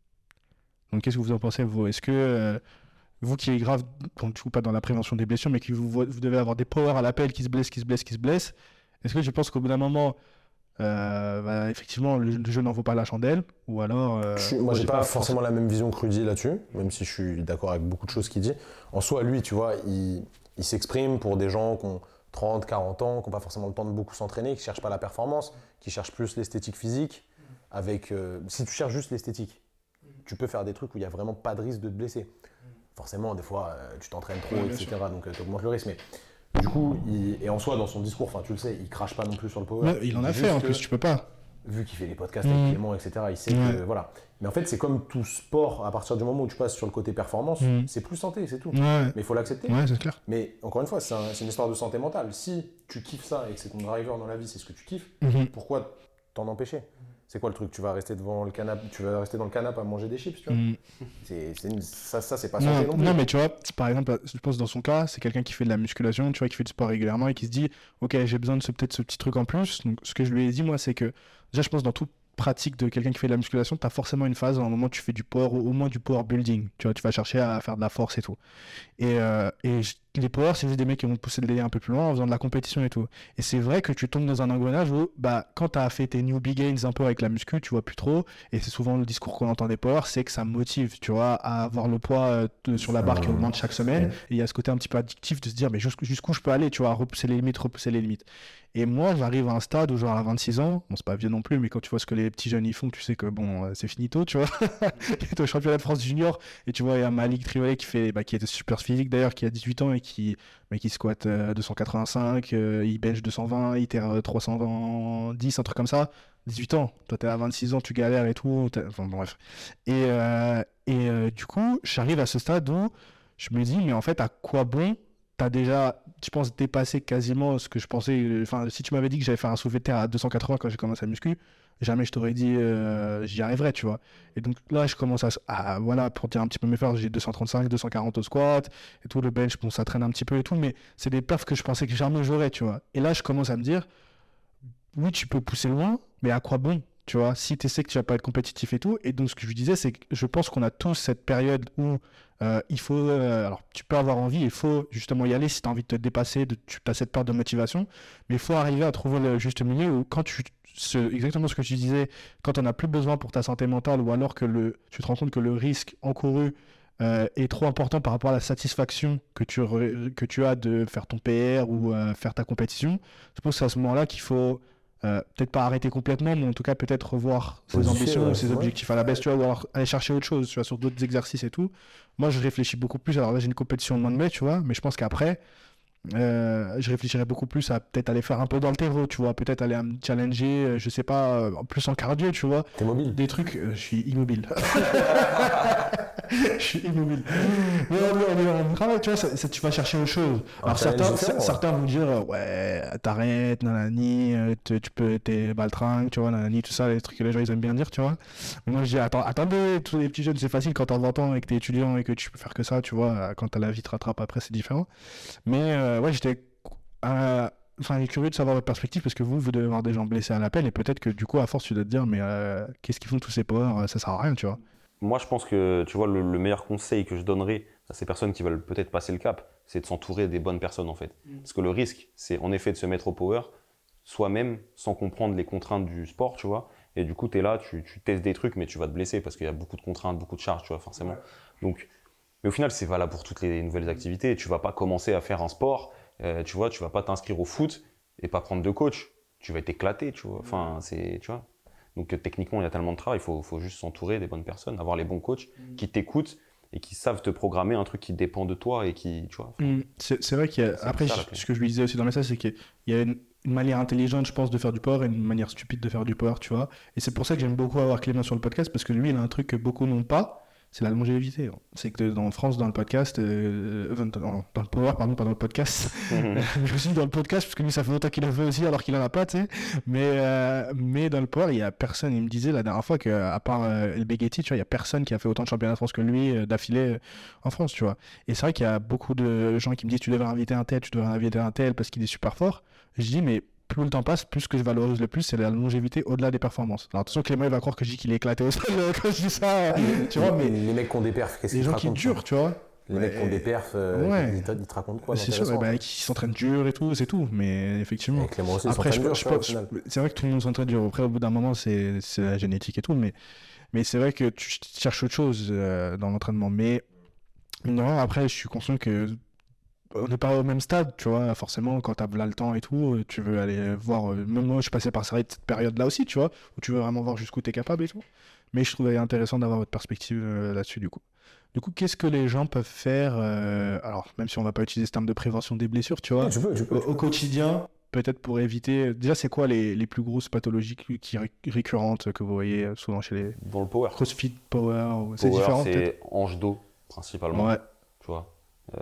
Donc qu'est-ce que vous en pensez vous? Est-ce que euh, vous qui est grave, donc, du coup pas dans la prévention des blessures, mais qui vous, vous devez avoir des powers à l'appel qui se blessent, qui se blessent, qui se blessent, est-ce que je pense qu'au bout d'un moment, euh, bah, effectivement, le, le jeu n'en vaut pas la chandelle, ou alors... euh, Je suis- moi, j'ai j'ai pas, forcément la même vision que Rudy là-dessus, même si je suis d'accord avec beaucoup de choses qu'il dit. En soi, lui, tu vois, il, il s'exprime pour des gens qui ont trente, quarante ans, qui n'ont pas forcément le temps de beaucoup s'entraîner, qui ne cherchent pas la performance, qui cherchent plus l'esthétique physique. Avec, euh, si tu cherches juste l'esthétique, tu peux faire des trucs où il n'y a vraiment pas de risque de te blesser. Forcément, des fois, euh, tu t'entraînes trop, Ouais, bien et cetera. Donc, tu augmentes le risque. Mais du coup, il- et en soi, dans son discours, tu le sais, il crache pas non plus sur le power. Ouais, il en a dit fait, en juste plus, que- tu peux pas. vu qu'il fait des podcasts Mmh. avec Clément, et cetera, il sait Ouais. que, voilà. Mais en fait, c'est comme tout sport, à partir du moment où tu passes sur le côté performance, Mmh. c'est plus santé, c'est tout. Ouais, Mais il faut l'accepter. ouais, c'est clair. Mais encore une fois, c'est un- c'est une histoire de santé mentale. Si tu kiffes ça et que c'est ton driver dans la vie, c'est ce que tu kiffes, Mhm. pourquoi t'en empêcher? C'est quoi le truc? Tu vas rester devant le canapé, tu vas rester dans le canapé à manger des chips, tu vois? Mhm. C'est, c'est une- ça, ça c'est pas santé non, Non, plus. non, mais tu vois, c'est par exemple, je pense dans son cas, c'est quelqu'un qui fait de la musculation, tu vois, qui fait du sport régulièrement et qui se dit, ok, j'ai besoin de ce, peut-être ce petit truc en plus. Donc, ce que je lui ai dit, moi, c'est que, déjà, je pense dans toute pratique de quelqu'un qui fait de la musculation, tu as forcément une phase, à un moment, tu fais du power, au moins du power building. Tu vois, tu vas chercher à faire de la force et tout. Et, euh, et je- les powers, c'est juste des mecs qui vont pousser le délire un peu plus loin en faisant de la compétition et tout. Et c'est vrai que tu tombes dans un engrenage où, bah, quand tu as fait tes newbie gains un peu avec la muscu, tu vois plus trop. Et c'est souvent le discours qu'on entend des powers, c'est que ça motive, tu vois, à avoir le poids euh, de- sur la barre qui augmente chaque semaine. Et il y a ce côté un petit peu addictif de se dire, mais jusqu'où jusqu'où je peux aller, tu vois, à repousser les limites, repousser les limites. Et moi, j'arrive à un stade où, genre, à vingt-six ans, bon, c'est pas vieux non plus, mais quand tu vois ce que les petits jeunes ils font, tu sais que, bon, euh, c'est finito, tu vois. Il est au championnat de France junior, et tu vois, il y a Malik Triolet qui fait, bah, qui est super physique d'ailleurs, qui a dix-huit ans et qui, mais qui squatte euh, deux cent quatre-vingt-cinq, euh, il bench deux cent vingt, il terre trois cent dix, un truc comme ça. dix-huit ans, toi t'es à vingt-six ans, tu galères et tout, t'as- enfin bon, bref. Et, euh, et euh, du coup, j'arrive à ce stade où je me dis, mais en fait, à quoi bon? T'as déjà, je pense, dépassé quasiment ce que je pensais. Enfin, si tu m'avais dit que j'allais faire un soulevé de terre à deux cent quatre-vingts quand j'ai commencé à muscu, jamais je t'aurais dit euh, j'y arriverai, tu vois. Et donc là, je commence à, à voilà, pour dire un petit peu mes forces, j'ai deux cent trente-cinq, deux cent quarante au squat et tout, le bench, bon, ça traîne un petit peu et tout, mais c'est des perfs que je pensais que jamais j'aurais, tu vois. Et là, je commence à me dire, oui, tu peux pousser loin, mais à quoi bon? Tu vois, si tu sais que tu vas pas être compétitif et tout. Et donc, ce que je lui disais, c'est que je pense qu'on a tous cette période où euh, il faut. Euh, alors, tu peux avoir envie, il faut justement y aller si tu as envie de te dépasser, de, tu as cette peur de motivation. Mais il faut arriver à trouver le juste milieu où, quand tu. Ce, exactement ce que tu disais, quand on n'a plus besoin pour ta santé mentale ou alors que le, tu te rends compte que le risque encouru euh, est trop important par rapport à la satisfaction que tu, re, que tu as de faire ton P R ou euh, faire ta compétition, je pense que c'est à ce moment-là qu'il faut. Euh, peut-être pas arrêter complètement, mais en tout cas peut-être revoir ses Modifier, ambitions, ouais, ses ouais. objectifs à la baisse, tu vois, ou alors aller chercher autre chose, tu vois, sur d'autres exercices et tout. Moi, je réfléchis beaucoup plus. Alors là, j'ai une compétition le mois de mai, tu vois, mais je pense qu'après, euh, je réfléchirais beaucoup plus à peut-être aller faire un peu dans le terreau, tu vois, peut-être aller me challenger, euh, je sais pas, euh, plus en cardio, tu vois. T'es mobile. Des trucs, euh, je suis immobile. Je suis immobile. Mais on, on, on travaille, tu vois, ça, ça, tu vas chercher autre chose. Un Alors challenge certains, différent, ouais. certains vont dire, euh, ouais, t'arrêtes, nanani, euh, tu, tu peux, t'es baltringue, tu vois, nanani, tout ça, les trucs que les gens ils aiment bien dire, tu vois. Mais moi je dis, attends, attendez, tous les petits jeunes, c'est facile quand t'as vingt ans et que t'es étudiant et que tu peux faire que ça, tu vois. Quand t'as la vie te rattrape après, c'est différent. Mais euh, ouais, j'étais euh, enfin, curieux de savoir votre perspective parce que vous, vous devez avoir des gens blessés à l'appel et peut-être que du coup, à force, tu dois te dire, mais euh, qu'est-ce qu'ils font tous ces powers? Ça sert à rien, tu vois. Moi, je pense que tu vois, le, le meilleur conseil que je donnerais à ces personnes qui veulent peut-être passer le cap, c'est de s'entourer des bonnes personnes en fait. Mm. Parce que le risque, c'est en effet de se mettre au power soi-même sans comprendre les contraintes du sport, tu vois. Et du coup, tu es là, tu, tu testes des trucs, mais tu vas te blesser parce qu'il y a beaucoup de contraintes, beaucoup de charges, tu vois, forcément. Ouais. Donc, mais au final, c'est valable pour toutes les nouvelles activités. Tu vas pas commencer à faire un sport, euh, tu vois, tu vas pas t'inscrire au foot et pas prendre de coach. Tu vas t'éclater, tu vois. Enfin, c'est, tu vois. Donc techniquement, il y a tellement de travail, il faut, faut juste s'entourer des bonnes personnes, avoir les bons coachs mmh. qui t'écoutent et qui savent te programmer un truc qui dépend de toi et qui, tu vois. Mmh. C'est, c'est vrai qu'il y a, après, ça, ce que je lui disais aussi dans le message, c'est qu'il y a une, une manière intelligente, je pense, de faire du power et une manière stupide de faire du power, tu vois. Et c'est pour ça que j'aime beaucoup avoir Clément sur le podcast, parce que lui, il a un truc que beaucoup n'ont pas, c'est la longévité. C'est que dans France, dans le podcast, euh, dans, dans le power, pardon, pas dans le podcast, mmh. je suis dans le podcast parce que lui, ça fait longtemps qu'il a fait aussi, alors qu'il en a pas, tu sais. Mais, euh, mais dans le power, il y a personne. Il me disait la dernière fois qu'à part euh, El Beghetti, tu vois, il y a personne qui a fait autant de championnats de France que lui euh, d'affilée euh, en France, tu vois. Et c'est vrai qu'il y a beaucoup de gens qui me disent tu devrais inviter un tel, tu devrais inviter un tel parce qu'il est super fort. Je dis mais plus le temps passe, plus ce que je valorise le plus, c'est la longévité au-delà des performances. Alors attention, Clément il va croire que je dis qu'il est éclaté au sol quand je dis ça, tu vois, mais les mecs qui ont des perfs, qu'est-ce qu'ils te racontent? Les gens qui durent, tu vois. Les mecs qui ont des perfs, euh, ouais. ils, te, ils te racontent quoi? C'est sûr, bah, qui s'entraînent dur et tout, c'est tout, mais effectivement. Et Clément aussi, après, je, dur, je, vois, je, c'est vrai que tout le monde s'entraîne dur. Après, au bout d'un moment, c'est, c'est la génétique et tout, mais, mais c'est vrai que tu cherches autre chose euh, dans l'entraînement. Mais non, après, je suis conscient que on n'est pas au même stade, tu vois, forcément, quand t'as là le temps et tout, tu veux aller voir, euh, même moi je suis passé par cette période-là aussi, tu vois, où tu veux vraiment voir jusqu'où t'es capable et tout, mais je trouvais intéressant d'avoir votre perspective euh, là-dessus, du coup. Du coup, qu'est-ce que les gens peuvent faire, euh, alors, même si on va pas utiliser ce terme de prévention des blessures, tu vois, je peux, je peux, au, au quotidien, peut-être pour éviter... Déjà, c'est quoi les, les plus grosses pathologies qui, qui ré- récurrentes que vous voyez souvent chez les Dans le power. CrossFit, Power ou... C'est Power, différent, c'est peut-être hanche dos, principalement. Ouais. Tu vois. Euh,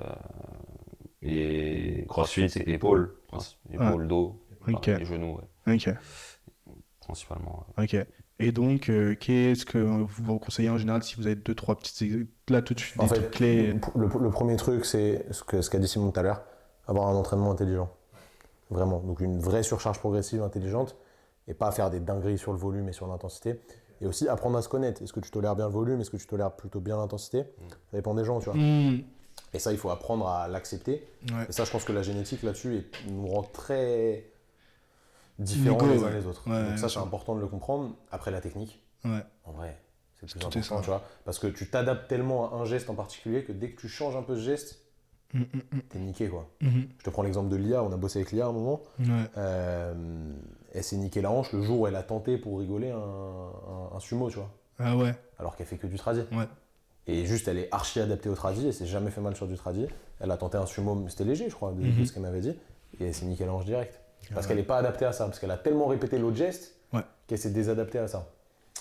et CrossFit, c'est épaule. Épaule, Ouais. dos, Ok. et genoux, ouais. Ok. Principalement. Ouais. Ok. Et donc, euh, qu'est-ce que vous vous conseillez en général si vous avez deux, trois petites... ex- Là, tout de suite, des En fait, trucs clés. le, le premier truc, c'est ce que- ce qu'a dit Simon tout à l'heure, avoir un entraînement intelligent. Vraiment. Donc une vraie surcharge progressive intelligente et pas faire des dingueries sur le volume et sur l'intensité. Et aussi apprendre à se connaître. Est-ce que tu tolères bien le volume? Est-ce que tu tolères plutôt bien l'intensité? Ça dépend des gens, tu vois. Mmh. Et ça, il faut apprendre à l'accepter. Ouais. Et ça, je pense que la génétique là-dessus est- nous rend très différents Inégaux, les uns ouais. les autres. Ouais, Donc ouais, ça, c'est sûr. important de le comprendre. Après, la technique, Ouais. en vrai, c'est le plus Tout est important, ça. tu vois. Parce que tu t'adaptes tellement à un geste en particulier que dès que tu changes un peu ce geste, Mmh, mmh, t'es niqué, quoi. mmh. Je te prends l'exemple de Lia, on a bossé avec Lia à un moment. Ouais. Euh, elle s'est niqué la hanche le jour où elle a tenté pour rigoler un, un- un sumo, tu vois. Ah ouais. Alors qu'elle fait que du tradi. Ouais. Et juste, elle est archi adaptée au tradi, elle s'est jamais fait mal sur du tradi. Elle a tenté un sumo, c'était léger, je crois, de, Mhm. de ce qu'elle m'avait dit. Et elle s'est niqué la hanche direct. Parce ouais. qu'elle n'est pas adaptée à ça, parce qu'elle a tellement répété l'autre geste Ouais. qu'elle s'est désadaptée à ça.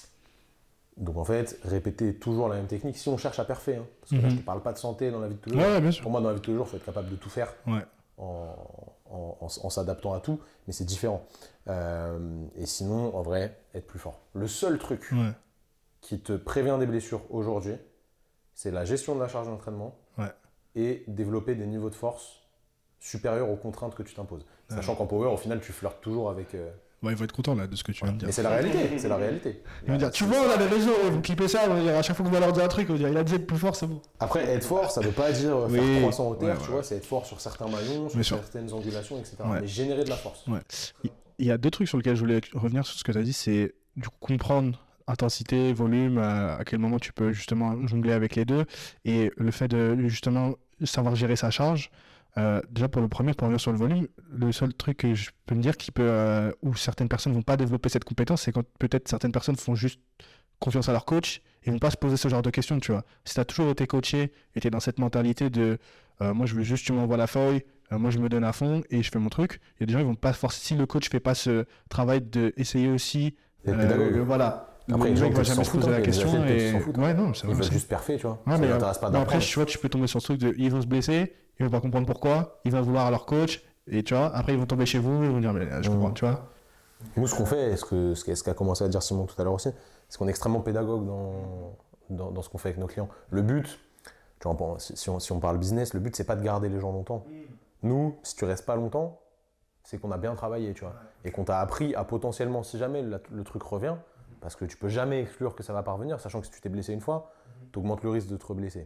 Donc en fait, répéter toujours la même technique, si on cherche à parfait, hein, parce que là Mhm. je te parle pas de santé dans la vie de tous les Ouais, jours. ouais, bien sûr. Pour moi, dans la vie de tous les jours, il faut être capable de tout faire Ouais. en, en- en- en s'adaptant à tout, mais c'est différent. Euh, et sinon, en vrai, être plus fort. Le seul truc Ouais. qui te prévient des blessures aujourd'hui, c'est la gestion de la charge d'entraînement Ouais. et développer des niveaux de force supérieurs aux contraintes que tu t'imposes. Sachant qu'en power, au final, tu flirtes toujours avec... euh, Ouais, il va être content là de ce que tu viens de dire. Mais c'est la réalité, c'est la réalité. Il va dire, tu vois, on a les réseaux, vous clippez ça, on va dire, à chaque fois qu'on va leur dire un truc, on va dire, il a dit être plus fort, c'est bon. Après, être fort, ça veut pas dire euh, faire Oui. trois cents au terre, Ouais, tu ouais. vois, c'est être fort sur certains maillons, sur Bien sûr. certaines angulations, et cetera. Ouais. Mais générer de la force. Ouais. Il- Il y a deux trucs sur lesquels je voulais revenir sur ce que tu as dit, c'est du coup comprendre intensité, volume, à, à quel moment tu peux justement jongler avec les deux, et le fait de justement savoir gérer sa charge. Euh, déjà pour le premier, pour revenir sur le volume, le seul truc que je peux me dire qui peut, euh, où certaines personnes vont pas développer cette compétence, c'est quand peut-être certaines personnes font juste confiance à leur coach et vont pas se poser ce genre de questions, tu vois. Si tu as toujours été coaché et tu es dans cette mentalité de euh, moi je veux juste tu m'envoies la feuille, euh, moi je me donne à fond et je fais mon truc, il y a des gens qui vont pas forcément, si le coach fait pas ce travail de essayer aussi D'être pédagogue. euh, voilà. Après, le les gens mec va qui s'en jamais se foutent, poser hein, la il y a des question athlètes qui et s'en foutent. ouais non, c'est Ils vrai veulent aussi. juste parfait, tu vois. Ouais, Ça mais, les euh, intéresse pas mais après, d'apprendre. tu vois, tu peux tomber sur ce truc de ils vont se blesser, ils vont pas comprendre pourquoi, ils vont vouloir à leur coach, et tu vois, après ils vont tomber chez vous, ils vont dire, mais euh, je Mmh. comprends, tu vois. Nous, ce qu'on fait, et ce qu'a ce qu'a- ce qu'a commencé à dire Simon tout à l'heure aussi, c'est qu'on est extrêmement pédagogue dans, dans, dans ce qu'on fait avec nos clients. Le but, tu vois, bon, si, si on, si on parle business, le but, c'est pas de garder les gens longtemps. Nous, si tu restes pas longtemps, c'est qu'on a bien travaillé, tu vois. Et qu'on t'a appris à potentiellement, si jamais la- le truc revient, parce que tu peux jamais exclure que ça va pas revenir, sachant que si tu t'es blessé une fois, tu augmentes le risque de te reblesser.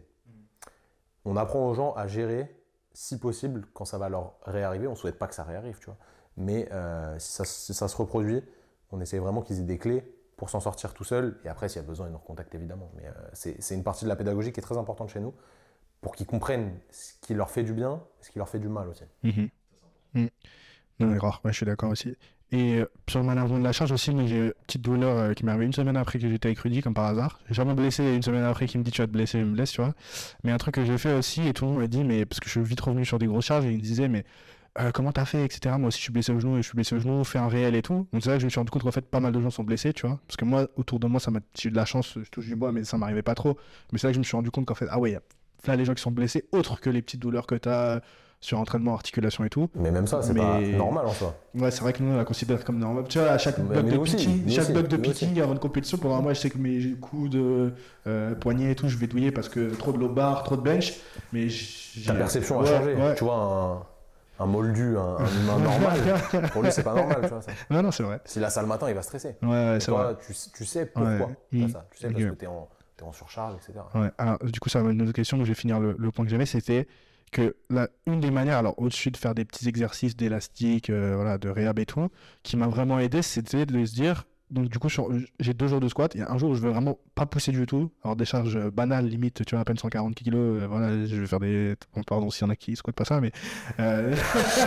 On apprend aux gens à gérer, si possible, quand ça va leur réarriver. On ne souhaite pas que ça réarrive, tu vois. Mais euh, si, ça, si ça se reproduit, on essaie vraiment qu'ils aient des clés pour s'en sortir tout seul. Et après, s'il y a besoin, ils nous recontactent évidemment. Mais euh, c'est c'est une partie de la pédagogie qui est très importante chez nous pour qu'ils comprennent ce qui leur fait du bien et ce qui leur fait du mal aussi. Mhm. Mhm. Non, d'accord, ouais, je suis d'accord aussi. Et euh, sur le management de la charge aussi, moi, j'ai une petite douleur euh, qui m'est arrivée une semaine après que j'étais avec Rudy, comme par hasard. J'ai jamais blessé, et une semaine après qu'il me dit tu vas te blesser, je me blesse, tu vois. Mais un truc que j'ai fait aussi, et tout le monde m'a dit, mais parce que je suis vite revenu sur des grosses charges, et il me disait, mais euh, comment t'as fait, et cetera. Moi aussi, je suis blessé au genou, et je suis blessé au genou, fais un réel et tout. Donc c'est là que je me suis rendu compte qu'en fait, pas mal de gens sont blessés, tu vois. Parce que moi, autour de moi, ça m'a, j'ai eu de la chance, je touche du bois, mais ça m'arrivait pas trop. Mais c'est là que je me suis rendu compte qu'en fait, ah ouais, y a là les gens qui sont blessés, autres que les petites douleurs que t'as sur entraînement, articulation et tout. Mais même ça, c'est Mais- pas normal en soi. Ouais, c'est vrai que nous, on la considère comme normal. Tu vois, à chaque Mais- bloc mais de nous aussi, picking, nous chaque aussi, bloc de nous picking aussi. avant une compétition, pendant moi, je sais que mes coudes, euh, poignets et tout, je vais douiller parce que trop de low bar, trop de bench. Mais j'ai- Ta perception a Ouais, changé. ouais. Tu vois, un, un moldu, un, un humain normal, pour lui, c'est pas normal. Tu vois, ça. Non, non, c'est vrai. S'il a ça le matin, il va stresser. Ouais, ouais, Et c'est toi, vrai. tu, tu sais pourquoi Ouais. tu as Mm. ça. Tu sais parce Ok. que t'es en, t'es en surcharge, et cetera. Ouais. Alors, du coup, ça m'a une autre question, donc je vais finir le, le point que j'avais, c'était que la, une des manières, alors au-dessus de faire des petits exercices d'élastique, euh, voilà, de réhab et tout, qui m'a vraiment aidé, c'était de se dire, donc du coup, sur- j'ai deux jours de squat, il y a un jour où je veux vraiment pas pousser du tout, alors des charges banales, limite, tu vois, à peine cent quarante kilos, euh, voilà, je vais faire des, bon, pardon s'il y en a qui squattent pas ça, mais euh...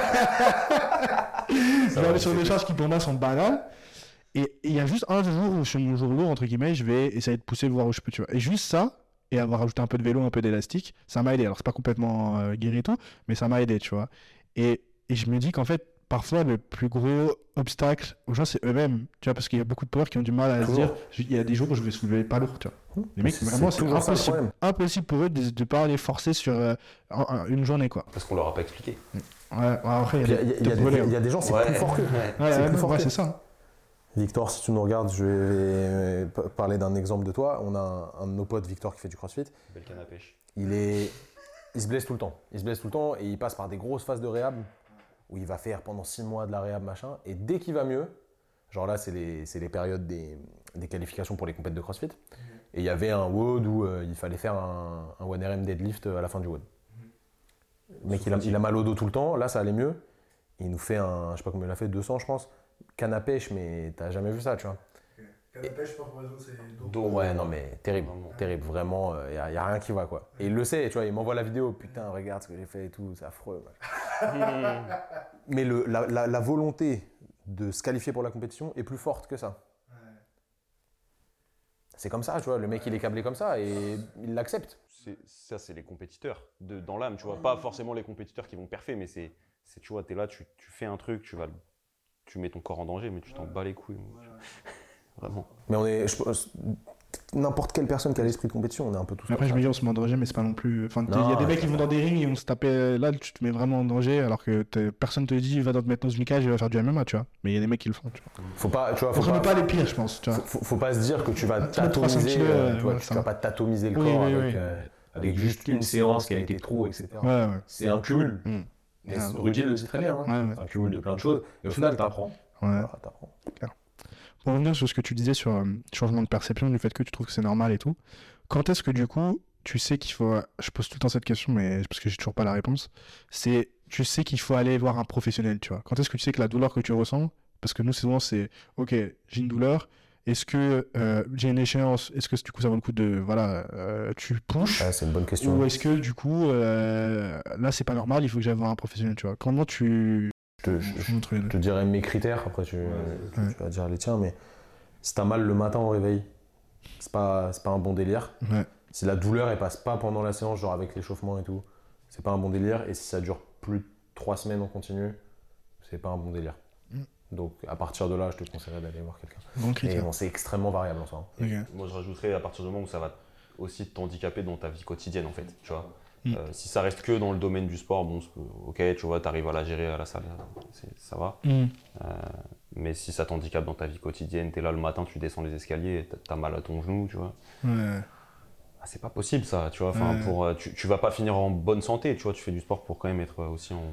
je vais aller sur des charges qui pour moi sont banales. Et il y a juste un jour où sur mon jour lourd, entre guillemets, je vais essayer de pousser, voir où je peux, tu vois. Et juste ça, et avoir rajouté un peu de vélo, un peu d'élastique, ça m'a aidé. Alors, c'est pas complètement euh, guéri et tout, mais ça m'a aidé, tu vois. Et, et je me dis qu'en fait, parfois le plus gros obstacle aux gens, c'est eux-mêmes. Tu vois, parce qu'il y a beaucoup de power qui ont du mal à se dire, il y a des jours où je vais soulever pas lourd, tu vois. Les mecs, C'est- vraiment, c'est c'est toujours ça, le impossible, problème. impossible pour eux de ne pas les forcer sur euh, un- un- une journée, quoi. Parce qu'on leur a pas expliqué. Ouais, ouais, après, Il y a, il y a- il y a des, il y a des gens, c'est Ouais. plus fort qu'eux. Ouais. Ouais, c'est ouais, plus non, fort ouais, qu'eux. c'est ça. Victor, si tu nous regardes, je vais euh, p- parler d'un exemple de toi. On a un, un de nos potes, Victor, qui fait du crossfit. Belle canne à pêche. Il, est, il se blesse tout le temps. Il se blesse tout le temps et il passe par des grosses phases de réhab où il va faire pendant six mois de la réhab, machin. Et dès qu'il va mieux, genre là, c'est les, c'est les périodes des, des qualifications pour les compètes de crossfit. Et il y avait un WOD où euh, il fallait faire un, un one R M deadlift à la fin du WOD. Le mec, il a, il a mal au dos tout le temps. Là, ça allait mieux. Il nous fait un, je sais pas combien il a fait, deux cents, je pense. Canne à pêche, mais t'as jamais vu ça, tu vois. Canne à pêche, pour raison, c'est Dos. Ouais, non, mais terrible, Vraiment. terrible, vraiment, il n'y a, y a rien qui va, quoi. Et il le sait, tu vois, il m'envoie la vidéo, putain, regarde ce que j'ai fait et tout, c'est affreux. Mais le, la, la, la volonté de se qualifier pour la compétition est plus forte que ça. C'est comme ça, tu vois, le mec, il est câblé comme ça et il l'accepte. C'est- Ça, c'est les compétiteurs de, dans l'âme, tu vois. Pas forcément les compétiteurs qui vont perfer, mais c'est, c'est tu vois, t'es là, tu, tu fais un truc, tu vas, le- tu mets ton corps en danger, mais tu t'en bats les couilles. moi. Vraiment. Mais on est, je pense, n'importe quelle personne qui a l'esprit de compétition, on est un peu tous Mais après, comme je ça. me dis, on se met en danger, mais c'est pas non plus. Enfin, il y Non, a des mecs c'est qui vont pas- dans des rings et on se tapait. Là, tu te mets vraiment en danger, alors que t'es- personne te dit, va dans te mettre dans une cage et va faire du M M A, tu vois. Mais il y a des mecs qui le font, tu vois. Faut pas, tu vois, Faut faut pas, pas, pas les pires, je pense, tu vois. faut, faut- faut pas se dire que tu vas Tu mets trois cents t'atomiser, kilos, euh, ouais, tu vois, ouais, tu ça. vas pas t'atomiser le Oui, corps oui, avec, oui. euh, avec juste une séance qui a été trop, et cetera. Ouais, ouais. C'est un cumul. Mm. Mais Ouais. Rudy le dit très bien, hein. Ouais, ouais. C'est un cumul de plein de choses. Et au final, t'apprends. Ouais. Voilà, t'apprends. Pour revenir sur ce que tu disais sur euh, changement de perception, du fait que tu trouves que c'est normal et tout, quand est-ce que du coup, tu sais qu'il faut. Je pose tout le temps cette question, mais parce que j'ai toujours pas la réponse. C'est. Tu sais qu'il faut aller voir un professionnel, tu vois. Quand est-ce que tu sais que la douleur que tu ressens, parce que nous, souvent, c'est ok, j'ai une douleur, est-ce que euh, j'ai une échéance, est-ce que du coup, ça vaut le coup de. Voilà, euh, tu pushes Ouais, c'est une bonne question. ou est-ce que du coup, euh, là, c'est pas normal, il faut que j'aille voir un professionnel, tu vois. Comment tu. Je te, je- je Comment tu- te dirais mes critères, après tu, tu, Ouais. tu vas dire les tiens, mais si t'as mal le matin au réveil, c'est pas, c'est pas un bon délire. Ouais. Si la douleur elle passe pas pendant la séance, genre avec l'échauffement et tout, c'est pas un bon délire. Et si ça dure plus de trois semaines en continu, c'est pas un bon délire. Mm. Donc à partir de là, je te conseillerais d'aller voir quelqu'un. Bon Et critère. bon, c'est extrêmement variable en soi. Ok. Moi, je rajouterais à partir du moment où ça va aussi t'handicaper dans ta vie quotidienne, en fait, tu vois. Mm. Euh, si ça reste que dans le domaine du sport, bon, c'est- ok, tu vois, t'arrives à la gérer à la salle, c'est- ça va. Mm. Mais si ça t'handicape dans ta vie quotidienne, t'es là le matin, tu descends les escaliers, t'as- t'as mal à ton genou, tu vois. Ouais. Ah, c'est pas possible ça, tu vois. Enfin, Ouais. pour, euh, tu, tu vas pas finir en bonne santé, tu vois. Tu fais du sport pour quand même être aussi en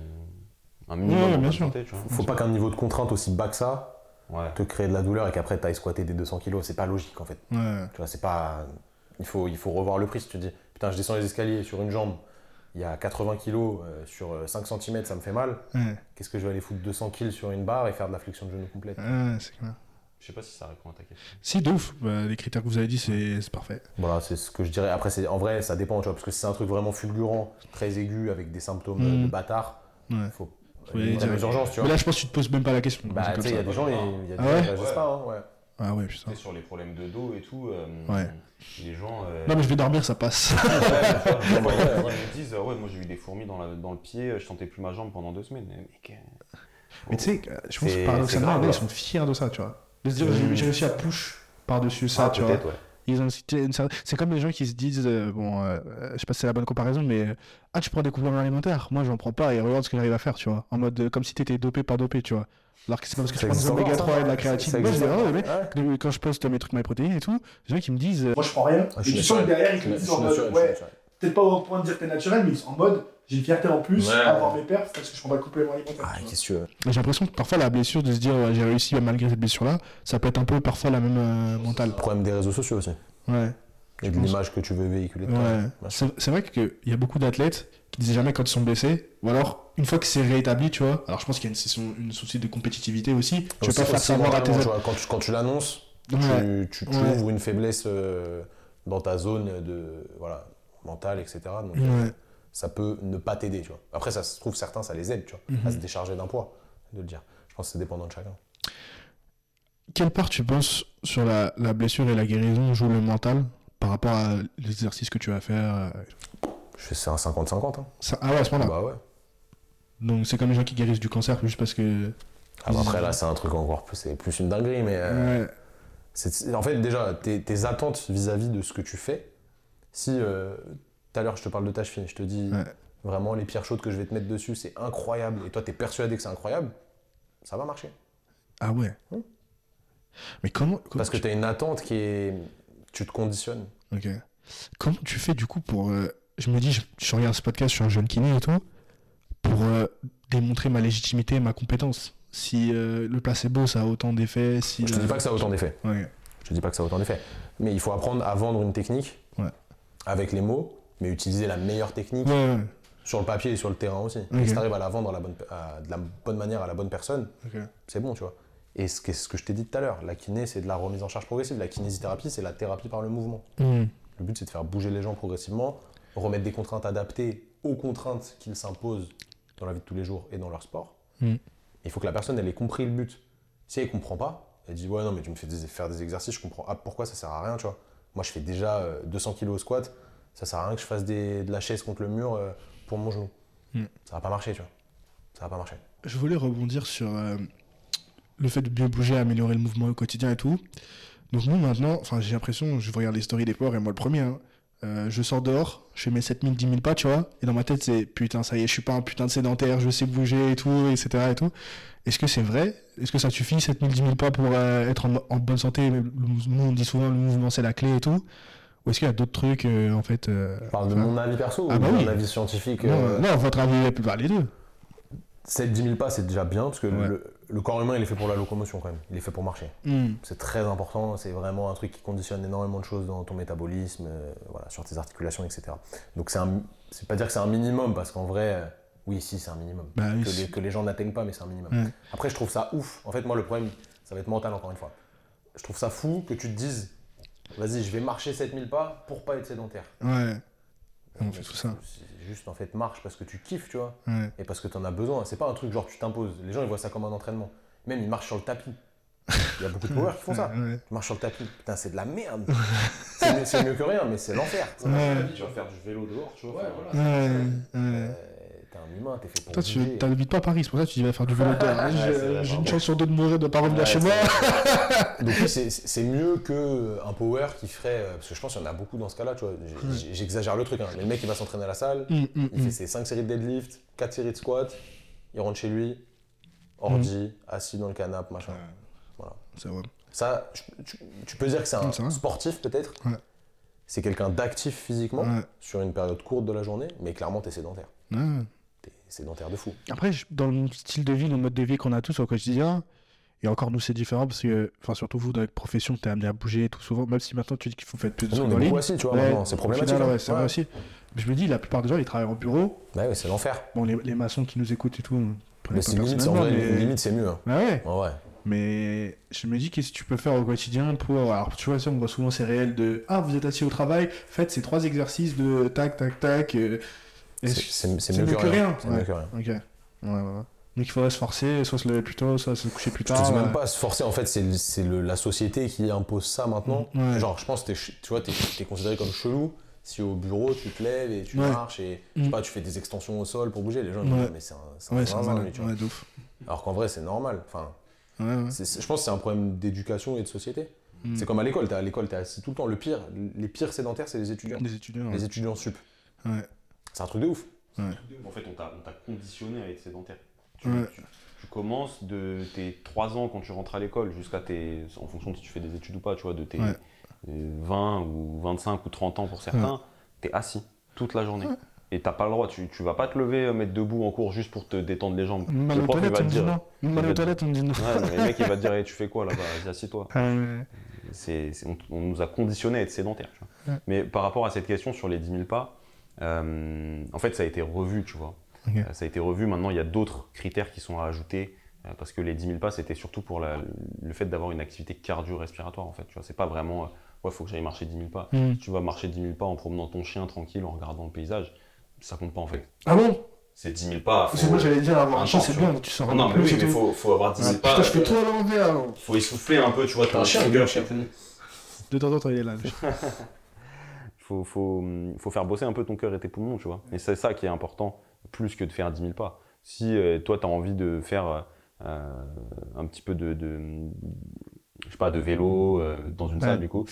un minimum Ouais, en bien bonne sûr. santé, tu vois. Faut pas qu'un niveau de contrainte aussi bas que ça Ouais. te crée de la douleur et qu'après t'ailles squatter des deux cents kilos. C'est pas logique en fait. Ouais. Tu vois, c'est pas. Il faut, il faut revoir le prix. Si tu te dis, putain, je descends les escaliers sur une jambe, il y a quatre-vingts kilos, euh, sur euh, cinq centimètres, ça me fait mal. Ouais. Qu'est-ce que je vais aller foutre deux cents kilos sur une barre et faire de la flexion de genou complète? Ouais, c'est clair. Je sais pas si ça répond à ta question. Si, de ouf. Bah, les critères que vous avez dit, c'est c'est parfait. Voilà, c'est ce que je dirais. Après, c'est, en vrai, ça dépend, tu vois, parce que si c'est un truc vraiment fulgurant, très aigu, avec des symptômes Mm. de bâtard, Ouais. il faut Faut aller aller dans les direct. urgences, tu Mais vois. là, je pense que tu te poses même pas la question. Bah, c'est tu comme sais, il y a ça. des gens, ils- il y a des Ah gens ouais qui réagissent pas, hein, ouais. Ah ouais, putain. Tu sais, sur les problèmes de dos et tout, euh, Ouais. les gens. euh, Non, mais je vais dormir, ça passe. ouais, tu vois, Ouais, ouais, ils ouais. me disent, ah ouais, moi j'ai eu des fourmis dans, la- dans le pied, je sentais plus ma jambe pendant deux semaines. Mais, mec, euh, Mais tu sais, euh, je pense C'est- que paradoxalement, c'est grave, les gars, ils ouais. sont fiers de ça, tu vois. De se dire, j'ai j'ai réussi à push par-dessus ça, ah, tu vois. peut-être, ouais. Ils ont cité une certaine- C'est comme les gens qui se disent, euh, bon, euh, je sais pas si c'est la bonne comparaison, mais euh, ah, tu prends des compléments alimentaires, moi j'en prends pas et regarde ce que j'arrive à faire, tu vois. En mode euh, comme si t'étais dopé par dopé, tu vois. Alors que c'est pas parce que Ça je prends des existe oméga encore, trois ça. et de la Ça créatine. Moi je existe dis, ah encore. ouais, mais Ouais. quand je poste mes trucs MyProtein et tout, les gens qui me disent, euh, Moi je prends rien. Ah, je et suis tu sens que naturel. derrière ils te Je disent suis en mode naturel, je suis ouais, naturel. peut-être pas au point de dire que t'es naturel, mais ils sont en mode j'ai une fierté en plus Ouais. à avoir mes perfs parce que je prends pas de complément alimentaire. Ah, tu vois. qu'est-ce que tu veux? j'ai l'impression que parfois la blessure de se dire, ouais, j'ai réussi malgré cette blessure-là, ça peut être un peu parfois la même euh, mentale. Le problème des réseaux sociaux aussi. Ouais. Et de pense. l'image que tu veux véhiculer. de toi. Ouais, Machin. c'est c'est vrai qu'il y a beaucoup d'athlètes qui disaient jamais quand ils sont blessés, ou alors une fois que c'est réétabli, tu vois. Alors je pense qu'il y a une, c'est une souci de compétitivité aussi. Tu veux Aussi- pas faire aussi savoir à tes mentalement, tu athlètes. vois, quand tu, quand tu l'annonces, Ouais. tu, tu, tu Ouais. ouvres une faiblesse euh, dans ta zone de, voilà, mentale, et cetera. Donc euh, Ouais. ça peut ne pas t'aider, tu vois. Après, ça se trouve, certains, ça les aide, tu vois, Mhm. à se décharger d'un poids, de le dire. Je pense que c'est dépendant de chacun. Quelle part tu penses sur la, la blessure et la guérison joue le mental par rapport à l'exercice que tu vas faire euh, Je fais c'est un cinquante cinquante. Hein. ça- Ah ouais, à ce moment-là. Bah ouais. Donc c'est comme les gens qui guérissent du cancer juste parce que... Ah bah après là c'est un truc encore plus, c'est plus une dinguerie, mais euh, Ouais. c'est, c'est- en fait déjà tes, tes attentes vis-à-vis de ce que tu fais, si euh, tout à l'heure je te parle de ta cheville, je te dis Ouais. vraiment les pierres chaudes que je vais te mettre dessus c'est incroyable et toi t'es persuadé que c'est incroyable, ça va marcher. Ah ouais. Hmm. Mais comment... Parce que t'as une attente qui est... Tu te conditionnes. Ok. Comment tu fais du coup pour... euh, Je me dis, je, je regarde ce podcast, je suis un jeune kiné et tout, pour euh, démontrer ma légitimité et ma compétence. Si euh, le placebo ça a autant d'effets, si... Je te la- dis pas que ça a autant d'effet. Ouais. Je te dis pas que ça a autant d'effet. Mais il faut apprendre à vendre une technique Ouais. avec les mots, mais utiliser la meilleure technique Ouais, ouais. sur le papier et sur le terrain aussi. Ok. Et si t'arrives à la vendre à la bonne, à- de la bonne manière à la bonne personne, Ok. c'est bon, tu vois. Et ce que, ce que je t'ai dit tout à l'heure, la kiné, c'est de la remise en charge progressive. La kinésithérapie, c'est la thérapie par le mouvement. Hmm. Le but, c'est de faire bouger les gens progressivement, remettre des contraintes adaptées aux contraintes qu'ils s'imposent dans la vie de tous les jours et dans leur sport. Mm. Il faut que la personne, elle ait compris le but. Si elle ne comprend pas, elle dit « Ouais, non, mais tu me fais des- faire des exercices, je comprends ah, pourquoi ça sert à rien, tu vois. Moi, je fais déjà euh, deux cents kilos au squat, ça sert à rien que je fasse des- de la chaise contre le mur euh, pour mon genou. Mm. Ça va pas marcher, tu vois. Ça va pas marcher. Je voulais rebondir sur euh, le fait de bien bouger, améliorer le mouvement au quotidien et tout. Donc nous maintenant, enfin j'ai l'impression, je regarde les stories des sports et moi le premier, hein, euh, je sors dehors, je fais mes sept mille, dix mille pas, tu vois, et dans ma tête c'est putain ça y est, je suis pas un putain de sédentaire, je sais bouger et tout, et cetera et tout. Est-ce que c'est vrai? Est-ce que ça suffit, sept mille, dix mille pas pour euh, être en, en bonne santé? Le- le- Nous on dit souvent le mouvement c'est la clé et tout. Ou est-ce qu'il y a d'autres trucs euh, en fait euh, Je parle de enfin, mon avis perso Ah ou bah de oui. mon avis scientifique. non, euh, non, votre avis est plus bas, les deux. sept dix mille pas, c'est déjà bien, parce que Ouais. le, le corps humain, il est fait pour la locomotion quand même. Il est fait pour marcher. Hmm. C'est très important, c'est vraiment un truc qui conditionne énormément de choses dans ton métabolisme, euh, voilà, sur tes articulations, et cetera. Donc c'est un, c'est pas dire que c'est un minimum, parce qu'en vrai, euh, oui, si, c'est un minimum. Bah oui, que, c'est- les, que les gens n'atteignent pas, mais c'est un minimum. Ouais. Après, je trouve ça ouf. En fait, moi, le problème, ça va être mental encore une fois. Je trouve ça fou que tu te dises, vas-y, je vais marcher sept mille pas pour pas être sédentaire. Ouais. On Mais fait tout ça. C'est juste, en fait, marche parce que tu kiffes, tu vois. Ouais. Et parce que tu en as besoin. C'est pas un truc genre tu t'imposes. Les gens ils voient ça comme un entraînement. Même ils marchent sur le tapis. Il y a beaucoup de power qui font ça. Ouais. Ils marchent sur le tapis. Putain, c'est de la merde. c'est, mieux, c'est mieux que rien, mais c'est l'enfer. Ouais. Tu vas faire du vélo dehors, tu vois. Ouais, enfin, voilà. Ouais, Euh, ouais. t'es un humain, t'es fait pour Toi, bouger. tu t'habites pas à Paris, c'est pour ça que tu dis va faire du vélo dehors. Ouais, J'ai c'est j'ai vrai, une pardon. chance sur deux de mourir de pas revenir Ouais, chez c'est- moi. Donc oui, c'est, c'est mieux qu'un power qui ferait... euh, Parce que je pense qu'il y en a beaucoup dans ce cas-là, tu vois. J'ai- j'ai- J'exagère le truc, hein. Mais le mec, il va s'entraîner à la salle, Hum, hum, il hum. fait ses cinq séries de deadlift, quatre séries de squat, il rentre chez lui, ordi, assis dans le canapé, machin. Voilà. C'est vrai. Ça, tu, tu- tu peux dire que c'est un Mm, c'est vrai. sportif peut-être. Ouais. C'est quelqu'un d'actif physiquement Ouais. sur une période courte de la journée, mais clairement t'es sédentaire. Ouais. T'es sédentaire de fou. Après, je- dans le style de vie, le mode de vie qu'on a tous au quotidien, et encore nous c'est différent parce que, enfin surtout vous dans votre profession, t'es amené à bouger et tout souvent, même si maintenant tu dis qu'il faut faire plus de Nous, on trucs est en ligne. beaucoup assis, tu vois, Ouais, maintenant, c'est au problématique. final, hein. ouais, c'est vrai Ouais. aussi. Mais je me dis, la plupart des gens, ils travaillent en bureau. Ouais, ouais, c'est l'enfer. Bon, les, les maçons qui nous écoutent et tout, on prenait Mais pas c'est limite, c'est en personnellement, vrai, mais- limite c'est mieux. Hein. Bah ouais. Ouais, ouais. Mais je me dis, qu'est-ce que tu peux faire au quotidien pour. Alors, tu vois, ça, on voit souvent ces réels de Ah, vous êtes assis au travail, faites ces trois exercices de tac, tac, tac. euh, C'est- est-ce- C'est c'est mieux, que rien. C'est Ouais. mieux que rien. Ok. Ouais, ouais, ouais. Donc il faudrait se forcer, soit se lever plus tôt, soit se coucher plus Je tard. te dis même ouais. pas se forcer, en fait, c'est c'est le- la société qui impose ça maintenant. Ouais. Genre, je pense que t'es ch- tu vois, t'es es considéré comme chelou si au bureau tu te lèves et tu Ouais. marches et je sais Mm. pas, tu fais des extensions au sol pour bouger. Les gens ils vont Ouais. dire, mais c'est un, c'est un Ouais, c'est zinzin, normal. lui, tu vois. Ouais, de ouf. Alors qu'en vrai, c'est normal. Enfin, Ouais, ouais. c'est- c'est- je pense que c'est un problème d'éducation et de société. Mm. C'est comme à l'école, t'es à l'école, t'es assis tout le temps. Le pire, les pires sédentaires, c'est les étudiants. Des étudiants. Les Ouais. étudiants sup. Ouais. C'est un truc de ouf. En fait, on t'a on t'a conditionné à être sédentaire. Tu, Ouais. tu- tu commences de tes trois ans quand tu rentres à l'école jusqu'à tes. En fonction de si tu fais des études ou pas, tu vois, de tes Ouais. euh, vingt ou vingt-cinq ou trente ans pour certains, t'es assis toute la journée. Ouais. Et t'as pas le droit, tu, tu vas pas te lever, euh, mettre debout en cours juste pour te détendre les jambes. Mal Le aux prof, il toilettes, va on te me dit dire. non. Mal il va aux te- toilettes, on me dit non. Ouais, non, mais le mec, il va te dire, Eh, tu fais quoi là-bas? Vas-y, assieds-toi. Ah, ouais. C'est- c'est- on, on nous a conditionnés à être sédentaires. Tu vois. Ouais. Mais par rapport à cette question sur les dix mille pas, euh, en fait, ça a été revu, tu vois. Ok. Euh, ça a été revu. Maintenant, il y a d'autres critères qui sont à ajouter. euh, Parce que les dix mille pas, c'était surtout pour la- le fait d'avoir une activité cardio-respiratoire. En fait, tu vois, c'est pas vraiment, euh, ouais, faut que j'aille marcher dix mille pas. Mm. Si tu vas marcher dix mille pas en promenant ton chien tranquille, en regardant le paysage, ça compte pas en fait. Ah bon? C'est dix mille pas. Parce que moi j'allais dire avoir un un chien, temps, c'est tu bien, vois. tu sors Ah un non, peu mais plus oui, et mais tout. faut, faut avoir dix Ah, mille pas. putain, je fais euh, tout à l'envers. faut essouffler un peu, tu vois. T'as un chien, ton ou cœur, un chien De temps en temps, il est là. lui. faut, faut, faut faire bosser un peu ton cœur et tes poumons, tu vois. Et c'est ça qui est important, plus que de faire dix mille pas. Si euh, toi, tu as envie de faire euh, un petit peu de, de, je sais pas, de vélo euh, dans une Ouais. salle, du coup,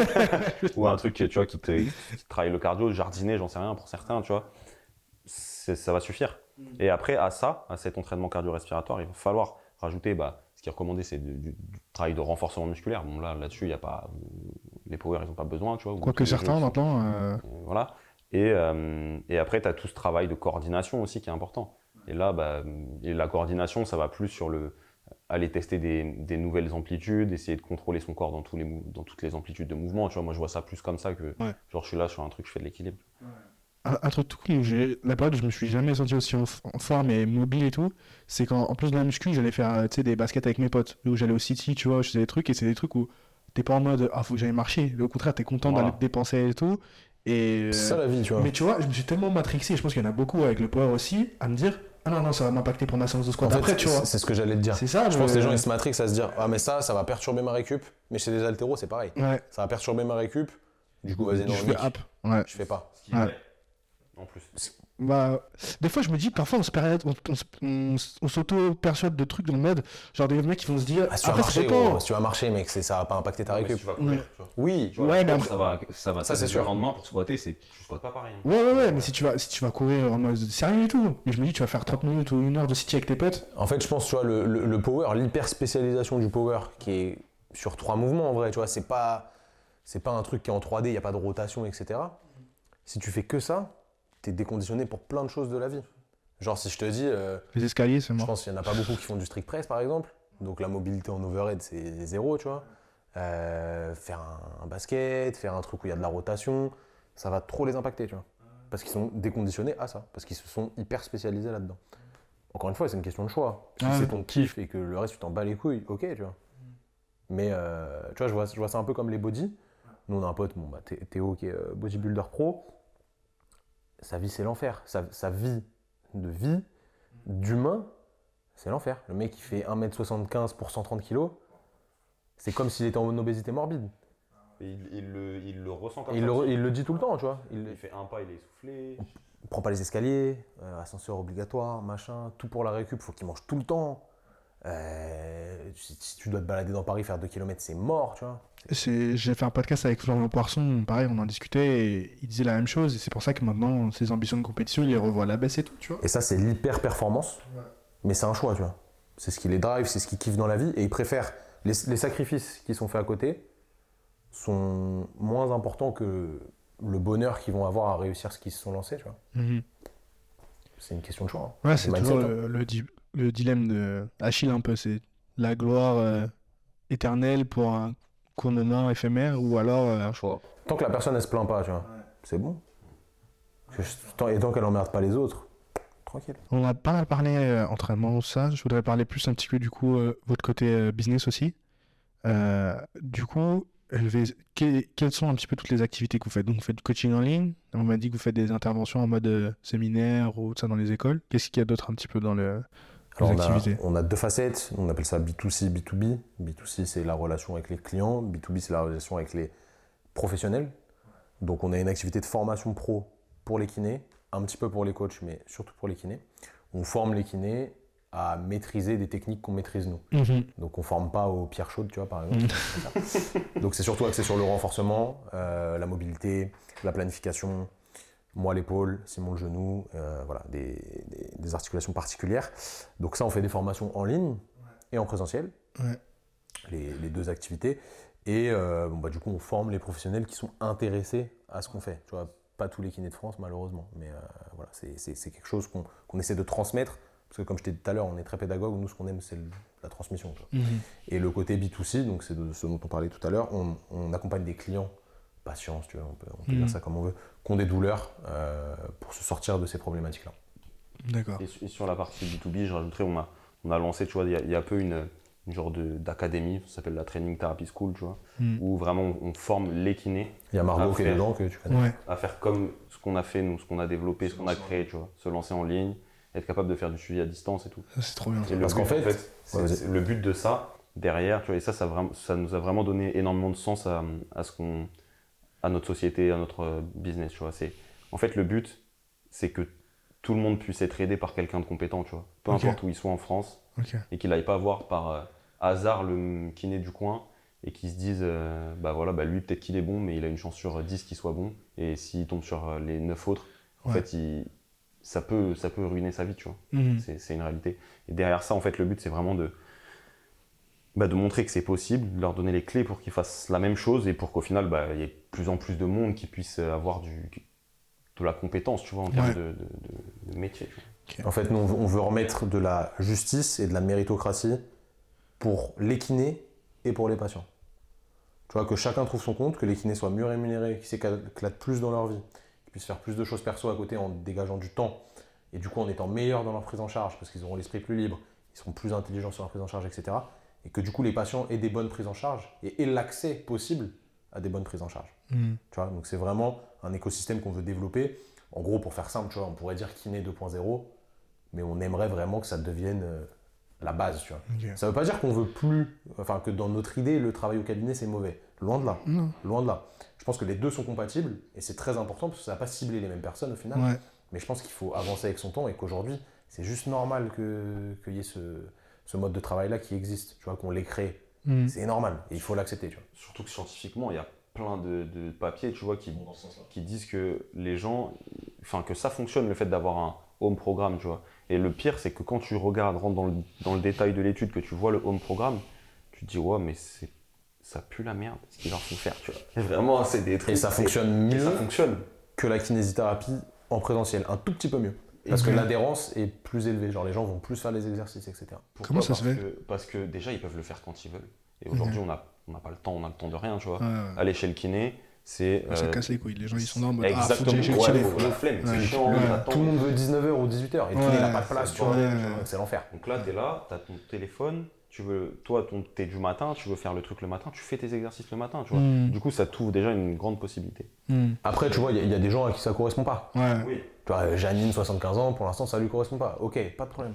ou un truc tu vois, qui, te, qui te travaille le cardio, jardiner, j'en sais rien, pour certains, tu vois, c'est, ça va suffire. Et après, à ça, à cet entraînement cardio-respiratoire, il va falloir rajouter, bah, ce qui est recommandé, c'est du, du, du travail de renforcement musculaire. Bon, là, là-dessus, il y a pas, les power, ils n'ont pas besoin, tu vois. Quoique certains, maintenant... Euh... Euh, voilà. Et, euh, et après, tu as tout ce travail de coordination aussi qui est important. Et là, bah, et la coordination, ça va plus sur le aller tester des, des nouvelles amplitudes, essayer de contrôler son corps dans, tous les, dans toutes les amplitudes de mouvement. Tu vois, moi, je vois ça plus comme ça que, ouais. genre, je suis là sur un truc, je fais de l'équilibre. Ouais. Un, un truc tout cool, j'ai, la période où je me suis jamais senti aussi en, en forme et mobile et tout, c'est qu'en en plus de la muscu, j'allais faire des baskets avec mes potes, où j'allais au City, tu vois, je faisais des trucs, et c'est des trucs où t'es pas en mode ah faut que j'aille marcher, au contraire t'es content voilà. d'aller te dépenser et tout. Et c'est ça la vie, tu vois. Mais tu vois, je me suis tellement matrixé, je pense qu'il y en a beaucoup avec le power aussi, à me dire ah non non ça va m'impacter pour ma séance de squat en après, fait, tu vois. C'est ce que j'allais te dire. C'est ça. Je le... pense que les gens ils se matrixent à se dire ah mais ça ça va perturber ma récup, mais chez les haltéros c'est pareil. Ouais. Ça va perturber ma récup. Du coup vas-y non. Je fais app. Ouais. Je fais pas. Ouais. En plus. Bah, des fois je me dis parfois on se période, on, on, on, on s'auto-persuade de trucs dans le mode genre des mecs qui vont se dire ah, si, tu après, marcher, gros, si tu vas marcher mec c'est, ça va pas impacter ta récup. Si tu vas courir, ouais. tu vois. Oui tu vois, ouais, mais ça va ça va ça c'est sûr. Le lendemain pour squatter c'est tu squattes pas pareil. Ouais ouais ouais mais si tu vas si tu vas courir en mode sérieux et tout, mais je me dis tu vas faire trente minutes ou une heure de city avec tes potes. En fait je pense tu vois le, le, le power, l'hyper spécialisation du power qui est sur trois mouvements en vrai, tu vois, c'est pas c'est pas un truc qui est en trois D, il y a pas de rotation et cetera. Si tu fais que ça, t'es déconditionné pour plein de choses de la vie. Genre si je te dis... Euh, les escaliers, c'est mort. Je pense qu'il n'y en a pas beaucoup qui font du strict press par exemple. Donc la mobilité en overhead, c'est zéro, tu vois. Euh, faire un, un basket, faire un truc où il y a de la rotation, ça va trop les impacter, tu vois. Parce qu'ils sont déconditionnés à ça, parce qu'ils se sont hyper spécialisés là-dedans. Encore une fois, c'est une question de choix. Si ah, c'est ton kiff et que le reste, tu t'en bats les couilles, ok, tu vois. Mais euh, tu vois je, vois, je vois ça un peu comme les body. Nous, on a un pote, bon, bah, Théo, qui est bodybuilder pro. Sa vie, c'est l'enfer. Sa, sa vie de vie, d'humain, c'est l'enfer. Le mec, il fait un mètre soixante-quinze pour cent trente kilos. C'est comme s'il était en obésité morbide. Et il, il, le, il le ressent comme il ça. Le, il le dit tout le temps, tu vois. Il, il fait un pas, il est essoufflé. Il prend pas les escaliers, euh, ascenseur obligatoire, machin, tout pour la récup, faut qu'il mange tout le temps. Euh, si, si tu dois te balader dans Paris, faire deux kilomètres, c'est mort, tu vois. C'est, j'ai fait un podcast avec Florian Poisson, pareil, on en discutait et il disait la même chose. Et c'est pour ça que maintenant, ses ambitions de compétition, il les revoit à la baisse et tout, tu vois. Et ça, c'est l'hyper performance, ouais. Mais c'est un choix, tu vois. C'est ce qui les drive, c'est ce qu'ils kiffent dans la vie. Et ils préfèrent, les, les sacrifices qui sont faits à côté sont moins importants que le bonheur qu'ils vont avoir à réussir ce qu'ils se sont lancés, tu vois. Mm-hmm. C'est une question de choix. Hein. Ouais, c'est, c'est toujours le, le, le dilemme de Achille un peu, c'est la gloire euh, éternelle pour un couronnement éphémère ou alors euh, un choix. Tant que la personne elle se plaint pas, tu vois, ouais. C'est bon. Et tant qu'elle emmerde pas les autres, tranquille. On a pas mal parlé euh, entraînement, ça. Je voudrais parler plus un petit peu du coup euh, votre côté euh, business aussi. Euh, du coup, vais... que... quelles sont un petit peu toutes les activités que vous faites? Donc vous faites du coaching en ligne. On m'a dit que vous faites des interventions en mode euh, séminaire ou tout ça dans les écoles. Qu'est-ce qu'il y a d'autre un petit peu dans le Alors on a, on a deux facettes, on appelle ça B deux C, B deux B. B deux C, c'est la relation avec les clients. B deux B, c'est la relation avec les professionnels. Donc on a une activité de formation pro pour les kinés, un petit peu pour les coachs, mais surtout pour les kinés. On forme les kinés à maîtriser des techniques qu'on maîtrise nous. Mm-hmm. Donc on ne forme pas aux pierres chaudes, tu vois, par exemple. Mm-hmm. Donc c'est surtout axé sur le renforcement, euh, la mobilité, la planification, moi l'épaule, Simon le genou, euh, voilà, des, des, des articulations particulières. Donc ça, on fait des formations en ligne et en présentiel, ouais. les, les deux activités. Et euh, bon, bah, du coup, on forme les professionnels qui sont intéressés à ce qu'on fait. Tu vois, pas tous les kinés de France, malheureusement. Mais euh, voilà, c'est, c'est, c'est quelque chose qu'on, qu'on essaie de transmettre. Parce que comme je t'ai dit tout à l'heure, on est très pédagogue. Nous, ce qu'on aime, c'est le, la transmission. Mm-hmm. Et le côté B deux C, donc c'est de ce dont on parlait tout à l'heure, on, on accompagne des clients, patients, tu vois, on peut, on peut mm-hmm. dire ça comme on veut, qui ont des douleurs euh, pour se sortir de ces problématiques-là. D'accord. Et, et sur la partie B deux B, je rajouterais, on a, on a lancé, tu vois, il y a, il y a peu une... une genre de, d'académie, ça s'appelle la Training Therapy School, tu vois, mm. où vraiment on, on forme les kinés. Il y a Margot qui est dedans, que tu connais. Ouais. À faire comme ce qu'on a fait, nous, ce qu'on a développé, ce qu'on a créé, tu vois, se lancer en ligne, être capable de faire du suivi à distance et tout. Ça, c'est trop bien. Et Parce but, qu'en fait, en fait c'est, ouais, c'est le but de ça, derrière, tu vois, et ça, ça, vraiment, ça nous a vraiment donné énormément de sens à, à, ce qu'on, à notre société, à notre business, tu vois. C'est, en fait, le but, c'est que tout le monde puisse être aidé par quelqu'un de compétent, tu vois. Peu Ok. importe où il soit en France, Ok. et qu'il n'aille pas voir par euh, hasard le kiné du coin et qu'il se dise, euh, bah voilà, bah lui peut-être qu'il est bon, mais il a une chance sur dix qu'il soit bon, et s'il tombe sur euh, les neuf autres, en Ouais. fait, il, ça, peut, ça peut ruiner sa vie, tu vois. Mhm. C'est, c'est une réalité. Et derrière ça, en fait, le but, c'est vraiment de, bah, de montrer que c'est possible, de leur donner les clés pour qu'ils fassent la même chose et pour qu'au final, bah, il y ait de plus en plus de monde qui puisse avoir du, de la compétence, tu vois, en termes Ouais. de, de, de- de métier. Tu vois. En fait, nous, on veut- on veut remettre de la justice et de la méritocratie pour les kinés et pour les patients. Tu vois, que chacun trouve son compte, que les kinés soient mieux rémunérés, qu'ils s'éclatent plus dans leur vie, qu'ils puissent faire plus de choses perso à côté en dégageant du temps et du coup en étant meilleurs dans leur prise en charge parce qu'ils auront l'esprit plus libre, ils seront plus intelligents sur leur prise en charge, et cetera. Et que du coup les patients aient des bonnes prises en charge et aient l'accès possible à des bonnes prises en charge. Mhm. Tu vois, donc c'est vraiment un écosystème qu'on veut développer. En gros, pour faire simple, tu vois, on pourrait dire kiné deux point zéro, mais on aimerait vraiment que ça devienne euh, la base, tu vois. Ok. Ça veut pas dire qu'on veut plus, enfin que dans notre idée, le travail au cabinet c'est mauvais. Loin de là, Non. loin de là. Je pense que les deux sont compatibles et c'est très important parce que ça va pas cibler les mêmes personnes au final. Ouais. Mais je pense qu'il faut avancer avec son temps et qu'aujourd'hui, c'est juste normal que- qu'il y ait ce, ce mode de travail-là qui existe, tu vois, qu'on l'ait créé. Mhm. C'est normal et il faut l'accepter, tu vois. Surtout que scientifiquement, il y a plein de, de papiers, tu vois, qui, qui disent que les gens, enfin que ça fonctionne le fait d'avoir un home programme, tu vois. Et le pire, c'est que quand tu regardes, rentres dans le, dans le détail de l'étude, que tu vois le home programme, tu te dis ouais, mais c'est, ça pue la merde ce qu'ils leur font faire, tu vois. Et vraiment, c'est des trucs. Et ça c'est- fonctionne et mieux ça fonctionne. que la kinésithérapie en présentiel, un tout petit peu mieux. Parce que Ok. l'adhérence est plus élevée, genre les gens vont plus faire les exercices, et cetera. Pourquoi Comment ça parce se fait que, Parce que déjà, ils peuvent le faire quand ils veulent. Et aujourd'hui, on n'a on n'a pas le temps, on a le temps de rien, tu vois. Ouais, ouais. Aller chez le kiné, c'est. Ça euh, casse les couilles. Les gens, ils sont là en mode. Ah, faut que Exactement. j'aille chez le Ouais, kiné. faut- le flemme, c'est Ouais. chiant, Ouais. t'attends. Tout le monde veut dix-neuf heures ou dix-huit heures et le Ouais, kiné n'a pas de place, c'est tu vois. ouais. Donc c'est l'enfer. Donc là, tu es là, tu as ton téléphone, tu veux, toi, ton, t'es du matin, tu veux faire le truc le matin, tu fais tes exercices le matin, tu vois. Mhm. Du coup, ça t'ouvre déjà une grande possibilité. Mhm. Après, tu vois, il y, a- il y a des gens à qui ça correspond pas. Ouais. Oui. Tu vois, Janine, soixante-quinze ans, pour l'instant, ça lui correspond pas. Ok, pas de problème.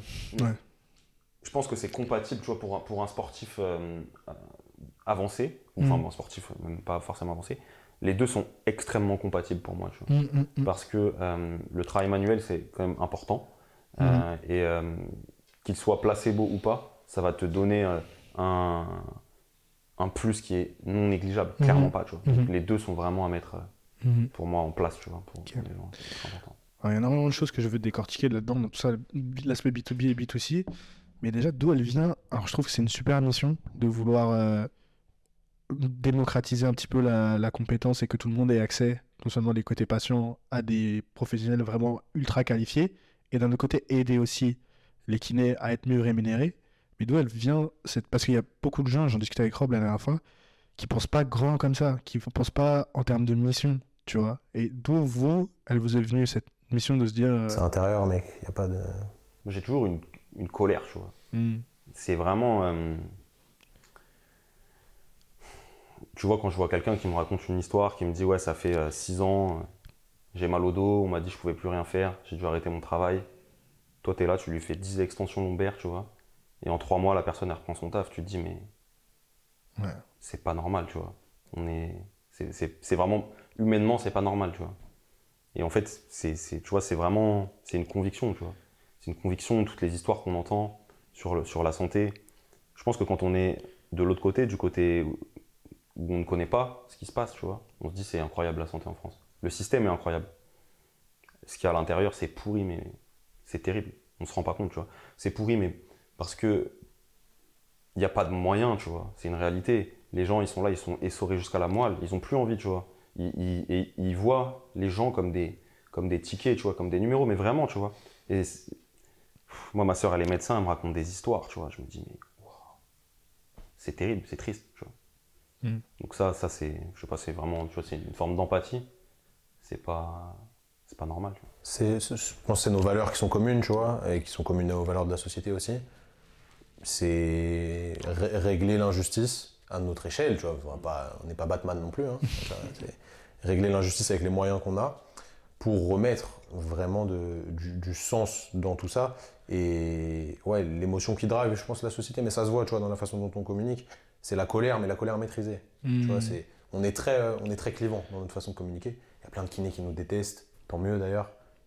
Je pense que c'est compatible, tu vois, pour un, pour un sportif euh, euh, avancé, ou enfin Mhm. un sportif euh, même pas forcément avancé. Les deux sont extrêmement compatibles pour moi, tu vois. Mhm, mhm. Parce que euh, le travail manuel, c'est quand même important. Euh, et euh, qu'il soit placebo ou pas, ça va te donner euh, un, un plus qui est non négligeable, Mhm. clairement pas, tu vois. Donc, Mhm. les deux sont vraiment à mettre, euh, Mhm. pour moi, en place, tu vois, pour, Ok. pour les gens. C'est très important. Alors, il y a énormément de choses que je veux décortiquer là-dedans, dans tout ça, l'aspect B deux B et B deux C. Mais déjà, d'où elle vient? Alors, je trouve que c'est une super mission de vouloir euh, démocratiser un petit peu la, la compétence et que tout le monde ait accès, non seulement les côtés patients, à des professionnels vraiment ultra qualifiés, et d'un autre côté, aider aussi les kinés à être mieux rémunérés. Mais d'où elle vient cette... Parce qu'il y a beaucoup de gens, j'en discutais avec Rob la dernière fois, qui pensent pas grand comme ça, qui ne pensent pas en termes de mission, tu vois. Et d'où vous, elle vous est venue cette mission de se dire... euh, C'est intérieur, mec. Il y a pas de. Moi, j'ai toujours une, une colère, tu vois. hmm, C'est vraiment... euh, Tu vois, quand je vois quelqu'un qui me raconte une histoire, qui me dit « Ouais, ça fait six ans, euh, j'ai mal au dos, on m'a dit que je pouvais plus rien faire, j'ai dû arrêter mon travail. » Toi, tu es là, tu lui fais dix extensions lombaires, tu vois. Et en trois mois, la personne, elle reprend son taf. Tu te dis « Mais Ouais. c'est pas normal, tu vois. » On est... C'est, c'est, c'est vraiment... Humainement, c'est pas normal, tu vois. Et en fait, c'est, c'est, tu vois, c'est vraiment... C'est une conviction, tu vois. C'est une conviction, toutes les histoires qu'on entend sur, le, sur la santé. Je pense que quand on est de l'autre côté, du côté où on ne connaît pas ce qui se passe, tu vois, on se dit c'est incroyable la santé en France. Le système est incroyable. Ce qu'il y a à l'intérieur, c'est pourri, mais c'est terrible. On ne se rend pas compte, tu vois. C'est pourri, mais parce que il n'y a pas de moyens, tu vois. C'est une réalité. Les gens, ils sont là, ils sont essorés jusqu'à la moelle. Ils n'ont plus envie, tu vois. Ils, ils, et ils voient les gens comme des, comme des tickets, tu vois, comme des numéros, mais vraiment, tu vois. Et c'est... moi, ma soeur, elle est médecin, elle me raconte des histoires, tu vois. Je me dis, mais wow, c'est terrible, c'est triste, tu vois. Mm. Donc ça, ça c'est, je sais pas, c'est vraiment, tu vois, c'est une forme d'empathie. C'est pas, c'est pas normal, tu vois. C'est, c'est- je pense que c'est nos valeurs qui sont communes, tu vois, et qui sont communes aux valeurs de la société aussi. C'est ré- régler l'injustice à notre échelle, tu vois. On va pas- on n'est pas Batman non plus. Hein. C'est régler l'injustice avec les moyens qu'on a pour remettre vraiment de- du, du sens dans tout ça. Et ouais, l'émotion qui drive, je pense, la société, mais ça se voit, tu vois, dans la façon dont on communique, c'est la colère, mais la colère maîtrisée. hmm. Tu vois, c'est, on est très, euh, on est très clivant dans notre façon de communiquer. Il y a plein de kinés qui nous détestent, tant mieux d'ailleurs.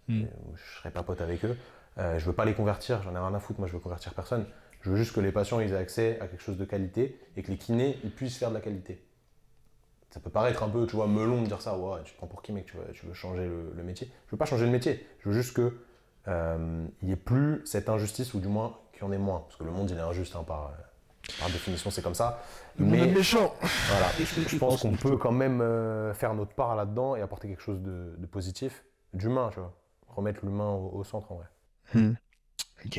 Mm. Et, euh, je serai pas pote avec eux. Euh, je veux pas les convertir, j'en ai rien à foutre, moi je veux convertir personne. Je veux juste que les patients ils aient accès à quelque chose de qualité et que les kinés ils puissent faire de la qualité. Ça peut paraître un peu, tu vois, melon de dire ça, ouais, tu te prends pour qui mec, tu veux, tu veux changer le, le métier. Je veux pas changer le métier, je veux juste que euh, il n'y ait plus cette injustice ou du moins qu'il y en ait moins. Parce que le monde il est injuste hein, par, par définition, c'est comme ça. Le monde Mais est méchant. voilà, je pense qu'on peut quand même euh, faire notre part là-dedans et apporter quelque chose de, de positif, d'humain, tu vois. Remettre l'humain au, au centre en vrai. Hmm. Ok.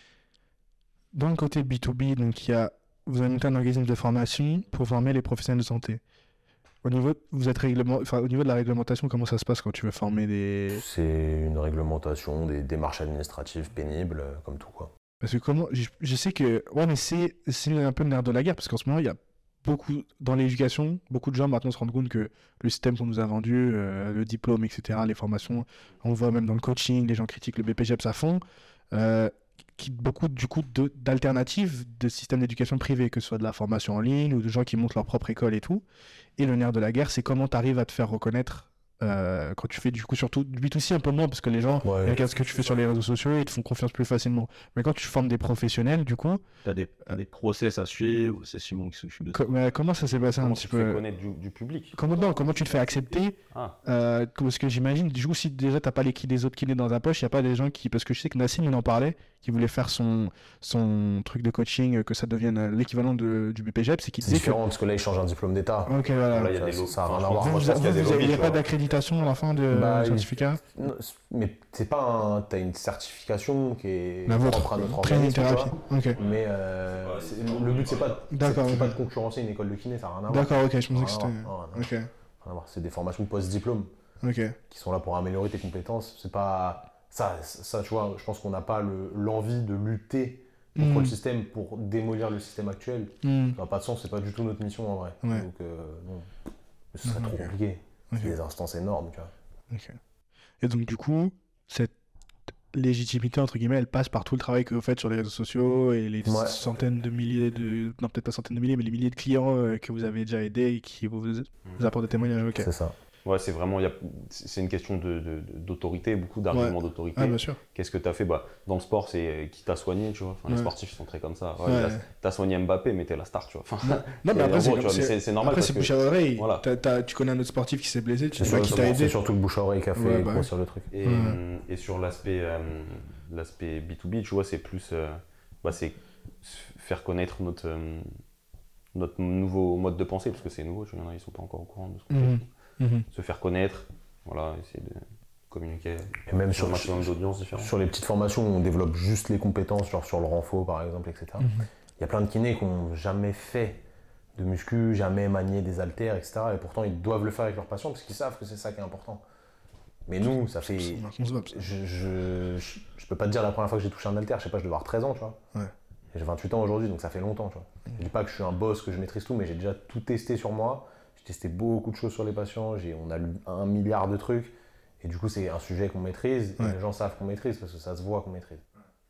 Dans le côté B deux B, donc il y a, vous avez monté un organisme de formation pour former les professionnels de santé. Au niveau, vous êtes réglement, enfin, au niveau de la réglementation, comment ça se passe quand tu veux former des... C'est une réglementation, des démarches administratives pénibles, euh, comme tout quoi. Parce que comment, je, je sais que, ouais, mais c'est, c'est un peu le nerf de la guerre, parce qu'en ce moment, il y a beaucoup, dans l'éducation, beaucoup de gens maintenant se rendent compte que le système qu'on nous a vendu, euh, le diplôme, et cetera, les formations, on le voit même dans le coaching, les gens critiquent le B P J E P S à fond, euh, qui, beaucoup du coup de, d'alternatives de systèmes d'éducation privés, que ce soit de la formation en ligne ou de gens qui montent leur propre école et tout. Et le nerf de la guerre, c'est comment tu arrives à te faire reconnaître euh, quand tu fais du coup surtout du B deux C un peu moins, parce que les gens Ouais. ils regardent ce que tu fais sur les réseaux sociaux et ils te font confiance plus facilement. Mais quand tu formes des professionnels, du coup, T'as des, t'as des process à suivre, c'est Simon qui s'occupe de ça. co- mais comment ça s'est passé un Comment petit tu te fais peu connaître du, du public? Comment, non, comment tu te fais accepter Ah, euh, Parce que j'imagine, du coup, si déjà t'as pas les, les autres kinés dans ta poche, il n'y a pas des gens qui. Parce que je sais que Nassim, il en parlait, qui voulait faire son, son truc de coaching, que ça devienne euh, l'équivalent de, du B P J E P S, c'est qu'il C'est disait que. différent parce que là ils changent un diplôme d'État. Ok, voilà. là, il y a Ça, des ça, lo- ça a rien à franchement, voir. Vous, Moi, vous, je pense qu'il y a vous, des vous lobbies, avez tu pas vois. d'accréditation à la fin de Bah, il- certificat Non, c'est- mais c'est pas un. T'as une certification qui est La vôtre, propre à notre training organisme, tu thérapie. vois. Ok. Mais euh, c'est- le but c'est pas, D'accord, c'est, c'est ok. pas de concurrencer une école de kiné, ça n'a rien à voir. D'accord, ok, je Ça n'a pensais que rien c'était. à voir, rien à voir, Ok, rien à voir. C'est des formations post-diplôme ok. qui sont là pour améliorer tes compétences. C'est pas ça, ça, tu vois. Je pense qu'on n'a pas le- l'envie de lutter contre Mm. le système pour démolir le système actuel. Hmm. Ça n'a pas de sens, c'est pas du tout notre mission en vrai. Ouais. Donc euh, non, ce serait Mhm, trop ok. compliqué. Ok. C'est des instances énormes, tu vois. Ok. Et donc, du coup, cette légitimité, entre guillemets, elle passe par tout le travail que vous faites sur les réseaux sociaux et les Ouais. centaines de milliers de. Non, peut-être pas centaines de milliers, mais les milliers de clients euh, que vous avez déjà aidés et qui vous, vous apportent des témoignages. Ok. C'est ça. ouais, c'est vraiment, il y a- c'est une question de, de- de- d'autorité, beaucoup d'arguments d'autorité. Ah, bien sûr. Qu'est-ce que tu as fait? Bah, dans le sport, c'est euh, qui t'a soigné, tu vois. Enfin, Ouais. Les sportifs sont très comme ça. Ouais, Ouais. il a- T'as soigné Mbappé, mais t'es la star, tu vois. Enfin, Non, non, mais et après, en c'est, gros, tu vois, mais c'est- c'est- c'est normal après, parce c'est que- bouche à oreille. Voilà. T'as- t'as- tu connais un autre sportif qui s'est blessé, tu C'est, sais pas qui sur- t'a c'est aidé. surtout le bouche à oreille qui a fait Ouais, bah grossir le truc. Et, Ouais. euh, et sur l'aspect, euh, l'aspect B deux B, tu vois, c'est plus, euh, bah, c'est faire connaître notre, euh, notre nouveau mode de pensée, parce que c'est nouveau, tu vois, il y en a, ils sont pas encore au courant de ce qu'on Mhm. fait. Mhm. Se faire connaître, voilà, essayer de communiquer Et même sur sur, un maximum d'audience différente. sur les petites formations où on développe juste les compétences, genre sur le renfort par exemple, et cetera. Mhm. Il y a plein de kinés qui n'ont jamais fait de muscu, jamais manié des haltères, et cetera. Et pourtant, ils doivent le faire avec leurs patients parce qu'ils savent que c'est ça qui est important. Mais nous, ça fait. C'est inconcevable, ça. Je, je, je, je peux pas te dire la première fois que j'ai touché un haltère, je sais pas, je devais avoir treize ans, tu vois. Ouais. Et j'ai vingt-huit ans aujourd'hui, donc ça fait longtemps, tu vois. Je dis pas que je suis un boss, que je maîtrise tout, mais j'ai déjà tout testé sur moi. J'ai testé beaucoup de choses sur les patients, j'ai, on a lu un milliard de trucs. Et du coup, c'est un sujet qu'on maîtrise, Ouais. et les gens savent qu'on maîtrise, parce que ça se voit qu'on maîtrise.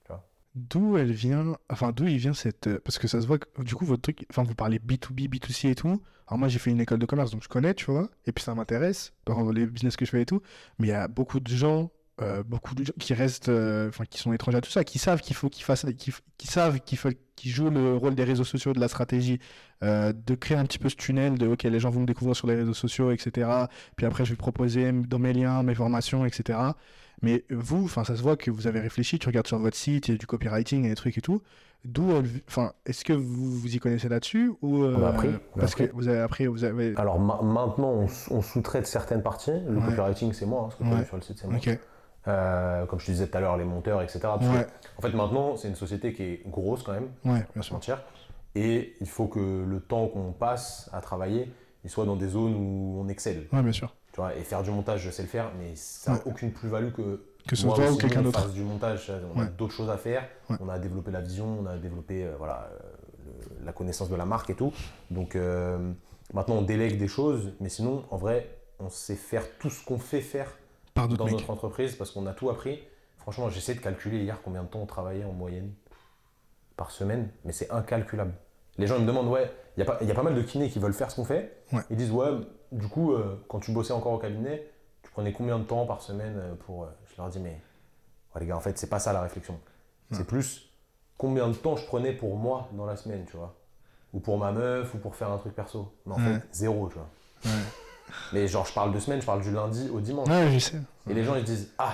D'où elle vient, enfin d'où il vient cette, euh, parce que ça se voit que du coup votre truc, enfin vous parlez B deux B, B deux C et tout. Alors moi j'ai fait une école de commerce donc je connais, tu vois, et puis ça m'intéresse par les business que je fais et tout. Mais il y a beaucoup de gens, euh, beaucoup de gens qui restent, euh, enfin qui sont étrangers à tout ça, qui savent qu'il faut qu'ils fassent, qui, qui savent qu'il faut, qu'ils jouent le rôle des réseaux sociaux, de la stratégie, euh, de créer un petit peu ce tunnel de ok les gens vont me découvrir sur les réseaux sociaux, et cetera. Puis après je vais proposer dans mes liens, mes formations, et cetera. Mais vous, enfin, ça se voit que vous avez réfléchi, tu regardes sur votre site, il y a du copywriting et des trucs et tout. D'où, elle- enfin, est-ce que vous vous y connaissez là-dessus ou euh, On a appris, on a parce appris. que vous avez appris, vous avez. Alors ma- maintenant, on, s- on sous-traite certaines parties. Le Ouais. copywriting, c'est moi, hein, ce que tu as Ouais. vu sur le site, c'est moi. Ok. Euh, comme je te disais tout à l'heure, les monteurs, et cetera. Parce que, Ouais. en fait, maintenant, c'est une société qui est grosse quand même, Ouais, bien pas se sûr. mentir. Et il faut que le temps qu'on passe à travailler, il soit dans des zones où on excelle. Ouais, bien sûr. Tu vois, et faire du montage, je sais le faire, mais ça n'a Ouais. aucune plus-value que, Que ce moi soit ou Simon, quelqu'un on d'autre. fasse du montage. On a Ouais. d'autres choses à faire. Ouais. On a développé la vision, on a développé euh, voilà, euh, le- la connaissance de la marque et tout. Donc euh, maintenant, on délègue des choses, mais sinon, en vrai, on sait faire tout ce qu'on fait faire Par d'autres dans mecs. notre entreprise parce qu'on a tout appris. Franchement, j'essaie de calculer hier combien de temps on travaillait en moyenne par semaine, mais c'est incalculable. Les gens ils me demandent, ouais, il y, a pas- y a pas mal de kinés qui veulent faire ce qu'on fait. Ouais. Ils disent, ouais, du coup, euh, quand tu bossais encore au cabinet, tu prenais combien de temps par semaine pour. Euh, je leur dis, mais ouais, les gars, en fait, c'est pas ça la réflexion. Ouais. C'est plus combien de temps je prenais pour moi dans la semaine, tu vois. Ou pour ma meuf, ou pour faire un truc perso. Mais en ouais. fait, zéro, tu vois. Ouais. Mais genre, je parle de semaine, je parle du lundi au dimanche. Ouais, je sais. Et les gens, ils disent, ah,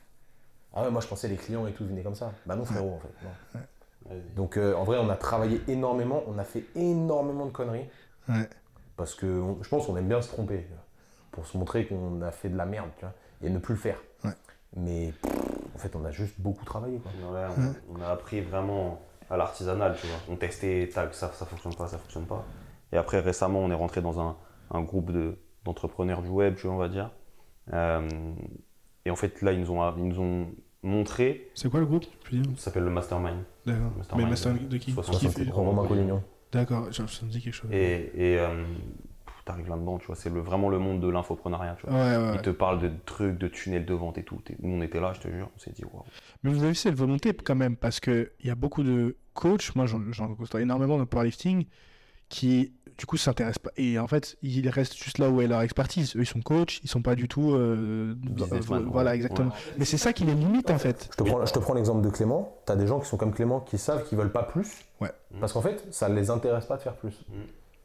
ah ouais, moi je pensais les clients et tout venaient comme ça. Bah non, frérot, en fait. Non. Ouais. Donc, euh, en vrai, on a travaillé énormément, on a fait énormément de conneries. Ouais. Parce que on, je pense qu'on aime bien se tromper, tu vois, pour se montrer qu'on a fait de la merde, tu vois, et ne plus le faire. Ouais. Mais pff, en fait, on a juste beaucoup travaillé, quoi. Ouais, on, on a appris vraiment à l'artisanal, tu vois. On testait, tac, ça, ça fonctionne pas, ça fonctionne pas. Et après, récemment, on est rentré dans un, un groupe de, d'entrepreneurs du web, tu vois, on va dire. Euh, et en fait, là, ils nous ont, ils nous ont montré. C'est quoi le groupe? Ça s'appelle le Mastermind. D'accord. Mastermind. Mais Mastermind de qui? soixante-sept Romain Collignon. D'accord, ça me dit quelque chose. Et, et euh, t'arrives là-dedans, tu vois, c'est le, vraiment le monde de l'infoprenariat, tu vois. Ouais, ouais, Ils te parlent de trucs, de tunnels de vente et tout. Nous, on était là, je te jure, on s'est dit, waouh. Mais vous avez cette volonté quand même, parce qu'il y a beaucoup de coachs, moi j'en, j'en constate énormément dans le powerlifting, qui du coup s'intéressent pas. Et en fait, ils restent juste là où est leur expertise. Eux, ils sont coachs, ils sont pas du tout. Euh, businessman, euh, voilà, exactement. Ouais. Mais c'est ça qui les limite en fait. Je te prends, je te prends l'exemple de Clément. Tu as des gens qui sont comme Clément qui savent qu'ils veulent pas plus. Ouais. Parce qu'en fait, ça les intéresse pas de faire plus. Mm.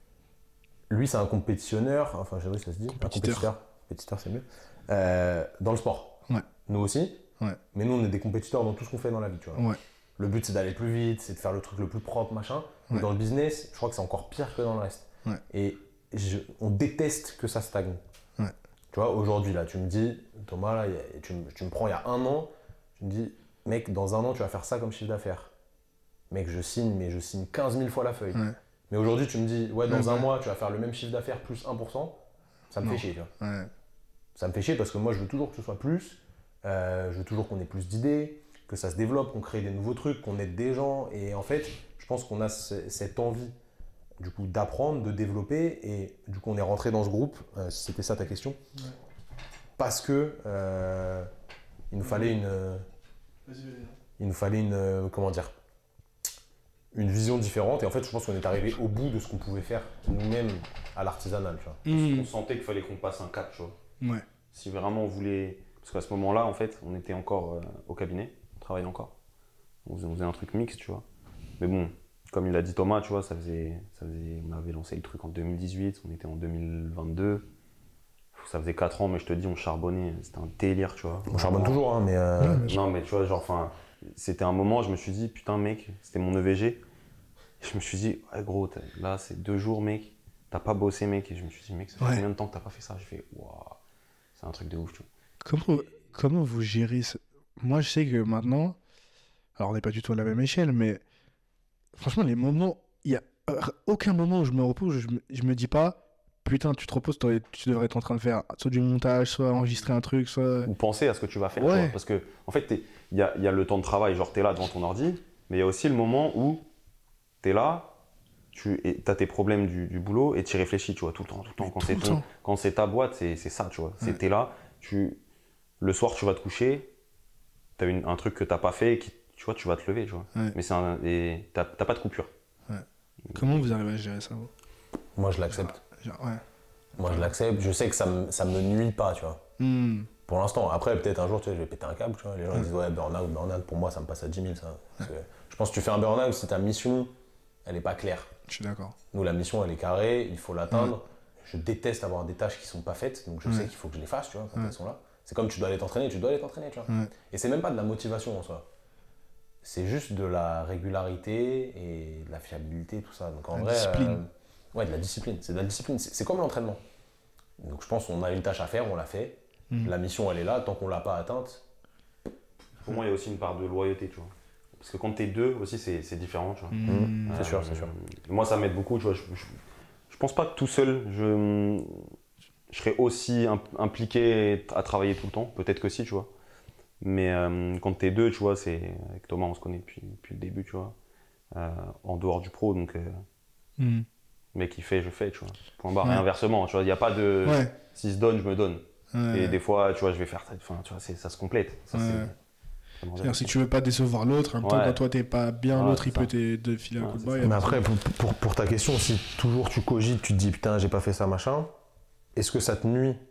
Lui, c'est un compétitionneur. Enfin, je sais pas si ça se dit. Compétiteur. Un compétiteur. Compétiteur, c'est mieux. Euh, dans le sport. Ouais. Nous aussi. Ouais. Mais nous, on est des compétiteurs dans tout ce qu'on fait dans la vie, tu vois. Ouais. Le but, c'est d'aller plus vite, c'est de faire le truc le plus propre, machin. Mais ouais. dans le business, je crois que c'est encore pire que dans le reste. Ouais. Et je, on déteste que ça stagne. Ouais. Tu vois, aujourd'hui, là, tu me dis, Thomas, là, tu, tu me prends il y a un an, tu me dis, mec, dans un an, tu vas faire ça comme chiffre d'affaires. Mec, je signe, mais je signe quinze mille fois la feuille. Ouais. Mais aujourd'hui, tu me dis, ouais, dans ouais, un ouais. mois, tu vas faire le même chiffre d'affaires plus un pour cent. Ça me non. fait chier, tu vois. Ouais. Ça me fait chier parce que moi, je veux toujours que ce soit plus. Euh, je veux toujours qu'on ait plus d'idées, que ça se développe, qu'on crée des nouveaux trucs, qu'on aide des gens. Et en fait, je pense qu'on a ce, cette envie du coup d'apprendre, de développer. Et du coup, on est rentré dans ce groupe, euh, si c'était ça ta question, ouais. parce que euh, il nous fallait une, il nous fallait une, comment dire, une vision différente. Et en fait, je pense qu'on est arrivé au bout de ce qu'on pouvait faire nous-mêmes à l'artisanal. Tu vois. Mmh. On sentait qu'il fallait qu'on passe un cap, tu vois. Ouais. Si vraiment on voulait, parce qu'à ce moment-là, en fait, on était encore euh, au cabinet. Travaille encore. On faisait, on faisait un truc mix, tu vois. Mais bon, comme il a dit Thomas, tu vois, ça faisait, ça faisait, on avait lancé le truc en deux mille dix-huit, on était en deux mille vingt-deux. Ça faisait quatre ans, mais je te dis, on charbonnait, c'était un délire, tu vois. On charbonne toujours, hein, mais... Euh... Non, mais tu vois, genre, enfin, c'était un moment, je me suis dit, putain, mec, c'était mon E V G. Je me suis dit, ouais, gros, là, c'est deux jours, mec, t'as pas bossé, mec. Et je me suis dit, mec, ça fait ouais. combien de temps que t'as pas fait ça? J'ai fait, waouh, c'est un truc de ouf, tu vois. Comment, comment vous gérez ce... Moi, je sais que maintenant, alors on n'est pas du tout à la même échelle, mais franchement, les moments, il n'y a aucun moment où je me repose, je me, je me dis pas, putain, tu te reposes, tu devrais être en train de faire soit du montage, soit enregistrer un truc, soit... Ou penser à ce que tu vas faire, ouais. tu vois, parce que, en fait, il y a, y a le temps de travail, genre t'es là devant ton ordi, mais il y a aussi le moment où t'es là, tu as tes problèmes du, du boulot et tu y réfléchis, tu vois, tout le temps, tout le temps. Quand, c'est, le ton, temps. Quand c'est ta boîte, c'est, c'est ça, tu vois. C'est, ouais. T'es là, tu, le soir, tu vas te coucher, t'as une, un truc que t'as pas fait, et qui, tu vois, tu vas te lever, tu vois. Ouais. Mais c'est un, et t'as, t'as pas de coupure. Ouais. Comment vous arrivez à gérer ça, vous? Moi, je l'accepte. Genre, ouais. Moi, je l'accepte. Je sais que ça me, ça me nuit pas, tu vois. Mm. Pour l'instant. Après, peut-être un jour, tu sais, je vais péter un câble, tu vois. Les gens mm. disent, ouais, burn-out, burn-out. Pour moi, ça me passe à dix mille, ça. Parce que je pense que tu fais un burn-out si ta mission, elle est pas claire. Je suis d'accord. Nous, la mission, elle est carrée, il faut l'atteindre. Mm. Je déteste avoir des tâches qui sont pas faites, donc je mm. sais qu'il faut que je les fasse, tu vois, quand mm. elles sont là. C'est comme tu dois aller t'entraîner, tu dois aller t'entraîner, tu vois. Mm. Et c'est même pas de la motivation en soi. C'est juste de la régularité et de la fiabilité, tout ça. Donc en la vrai, discipline. Euh, ouais, de la discipline. C'est de la discipline. C'est, c'est comme l'entraînement. Donc je pense qu'on a une tâche à faire, on l'a fait. Mm. La mission, elle est là. Tant qu'on l'a pas atteinte. Pour moi, il y a aussi une part de loyauté, tu vois. Parce que quand t'es deux aussi, c'est, c'est différent, tu vois. Mm. Euh, c'est sûr, c'est sûr. Moi, ça m'aide beaucoup, tu vois. Je, je, je pense pas que tout seul, je, je serais aussi impliqué à travailler tout le temps. Peut-être que si, tu vois. Mais euh, quand t'es deux, tu vois, c'est avec Thomas, on se connaît depuis, depuis le début, tu vois, euh, en dehors du pro, donc euh, mm. mec il fait, je fais, tu vois, point barre. Ouais. Et inversement, tu vois, il n'y a pas de, ouais. s'il se donne, je me donne. Ouais. Et des fois, tu vois, je vais faire, enfin, tu vois, c'est, ça se complète. Ça, ouais. c'est, c'est-à-dire, si tu veux pas décevoir l'autre, en même temps, ouais. quand toi t'es pas bien, ouais, l'autre il peut te, te filer un ouais, coup de bail. Mais après, pour, pour, pour ta question, si toujours tu cogites, tu te dis putain, j'ai pas fait ça, machin, est-ce que ça te nuit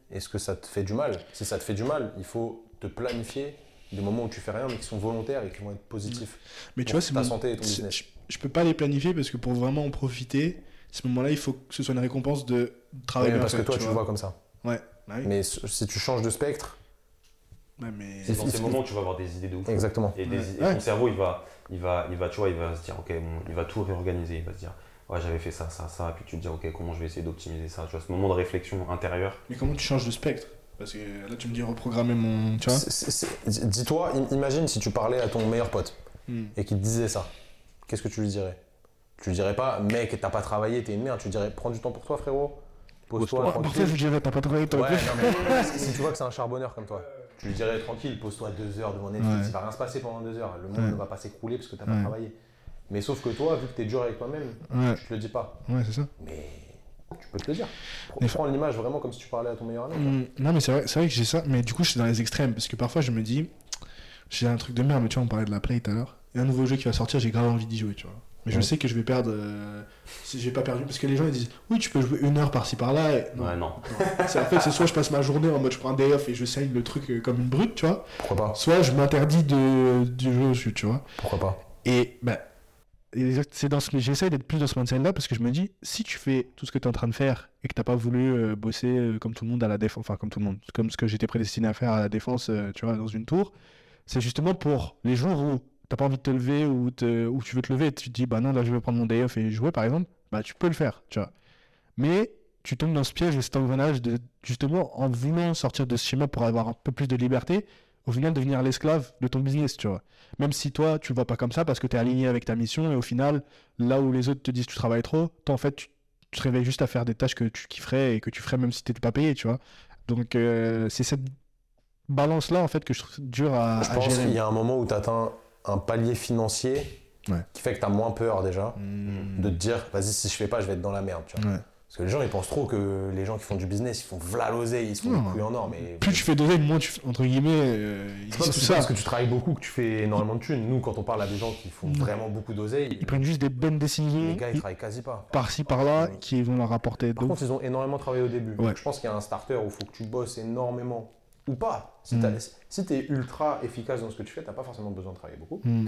est-ce que ça te fait du mal? Si ça te fait du mal, il faut te planifier des moments où tu fais rien mais qui sont volontaires et qui vont être positifs. Mais tu pour vois, c'est ta mon- santé et ton c'est- business. je, je peux pas les planifier parce que pour vraiment en profiter, à ce moment-là, il faut que ce soit une récompense de travail Ouais, mais bien parce fait, que toi, tu, le vois. vois comme ça. Ouais, bah oui. Mais s- si tu changes de spectre, Ouais, mais... C'est dans il ces faut- moments où tu vas avoir des idées de ouf. exactement. Et, des- Ouais. et Ouais. ton cerveau, il va, il, va, il, va, tu vois, il va se dire, ok, bon, il va tout réorganiser. Il va se dire, ouais, j'avais fait ça, ça, ça. Et puis tu te dis, ok, comment je vais essayer d'optimiser ça. Tu vois, ce moment de réflexion intérieure. mais comment tu changes de spectre? Parce que là, tu me dis reprogrammer mon... Tu vois C'est- c'est- c'est- Dis-toi, im- imagine si tu parlais à ton meilleur pote Hmm. et qu'il te disait ça. Qu'est-ce que tu lui dirais? Tu lui dirais pas, mec, t'as pas travaillé, t'es une merde. Tu lui dirais, prends du temps pour toi, frérot. Pose-toi, Ouais, tranquille. parfois, je dirais, t'as pas travaillé, t'as Ouais, non, mais si tu vois que c'est un charbonneur comme toi, tu lui dirais tranquille, pose-toi deux heures devant Netflix, Ouais. il va rien se passer pendant deux heures, le monde Ouais. ne va pas s'écrouler parce que t'as Ouais. pas travaillé. Mais sauf que toi, vu que t'es dur avec toi-même, Ouais, tu te le dis pas. ouais, c'est ça. Mais tu peux te le dire. Mais Prends l'image vraiment comme si tu parlais à ton meilleur ami. quoi. Hmm, non, mais c'est vrai, c'est vrai que j'ai ça, mais du coup, je suis dans les extrêmes parce que parfois, je me dis, j'ai un truc de merde, mais tu vois, on parlait de la Play tout à l'heure. Il y a un nouveau jeu qui va sortir, j'ai grave envie d'y jouer, tu vois. Mais je Ouais. sais que je vais perdre. euh, si j'ai pas perdu. Parce que les gens ils disent, oui, tu peux jouer une heure par-ci par-là. Et... Non, Ouais, non. c'est, en fait, c'est soit je passe ma journée en mode je prends un day off et je saigne le truc euh, comme une brute, tu vois. Pourquoi pas? Soit je m'interdis de, de jouer au jeu, tu vois. Pourquoi pas? Et bah, exact- c'est dans ce que j'essaie d'être plus dans ce mindset-là parce que je me dis, si tu fais tout ce que tu es en train de faire et que t'as pas voulu euh, bosser euh, comme tout le monde à la défense, enfin comme tout le monde, comme ce que j'étais prédestiné à faire à la défense, euh, tu vois, dans une tour, c'est justement pour les jours où t'as pas envie de te lever ou, te, ou tu veux te lever et tu te dis, bah non, là je vais prendre mon day off et jouer par exemple, bah tu peux le faire, tu vois. Mais tu tombes dans ce piège et cet engrenage de justement en voulant sortir de ce schéma pour avoir un peu plus de liberté, au final devenir l'esclave de ton business, tu vois. Même si toi, tu le vois pas comme ça parce que tu es aligné avec ta mission et au final, là où les autres te disent que tu travailles trop, toi en fait, tu, tu te réveilles juste à faire des tâches que tu kifferais et que tu ferais même si tu n'étais pas payé, tu vois. Donc euh, c'est cette balance-là en fait que je trouve dur à, Je à pense gérer. qu'il y a un moment où tu atteins un palier financier Ouais. qui fait que tu as moins peur déjà Mmh. de te dire, vas-y, si je fais pas, je vais être dans la merde. Tu vois. Ouais. Parce que les gens, ils pensent trop que les gens qui font du business, ils font v'là l'oseille, ils se font Non. des couilles en or. Mais Plus tu fais d'oseille, moins tu fais, entre guillemets, euh, ils c'est pas disent parce tout que, ça. parce que tu travailles beaucoup que tu fais énormément de thunes. Nous, quand on parle à des gens qui font Mm. vraiment beaucoup d'oseille, Ils prennent juste des bonnes décisions les gars, ils travaillent quasi pas. par-ci par-là Mm. qui vont leur rapporter Par de contre, ils ont énormément travaillé au début. Ouais. Donc, je pense qu'il y a un starter où il faut que tu bosses énormément. Ou pas. Si Mm. tu es ultra efficace dans ce que tu fais, tu n'as pas forcément besoin de travailler beaucoup. Hmm.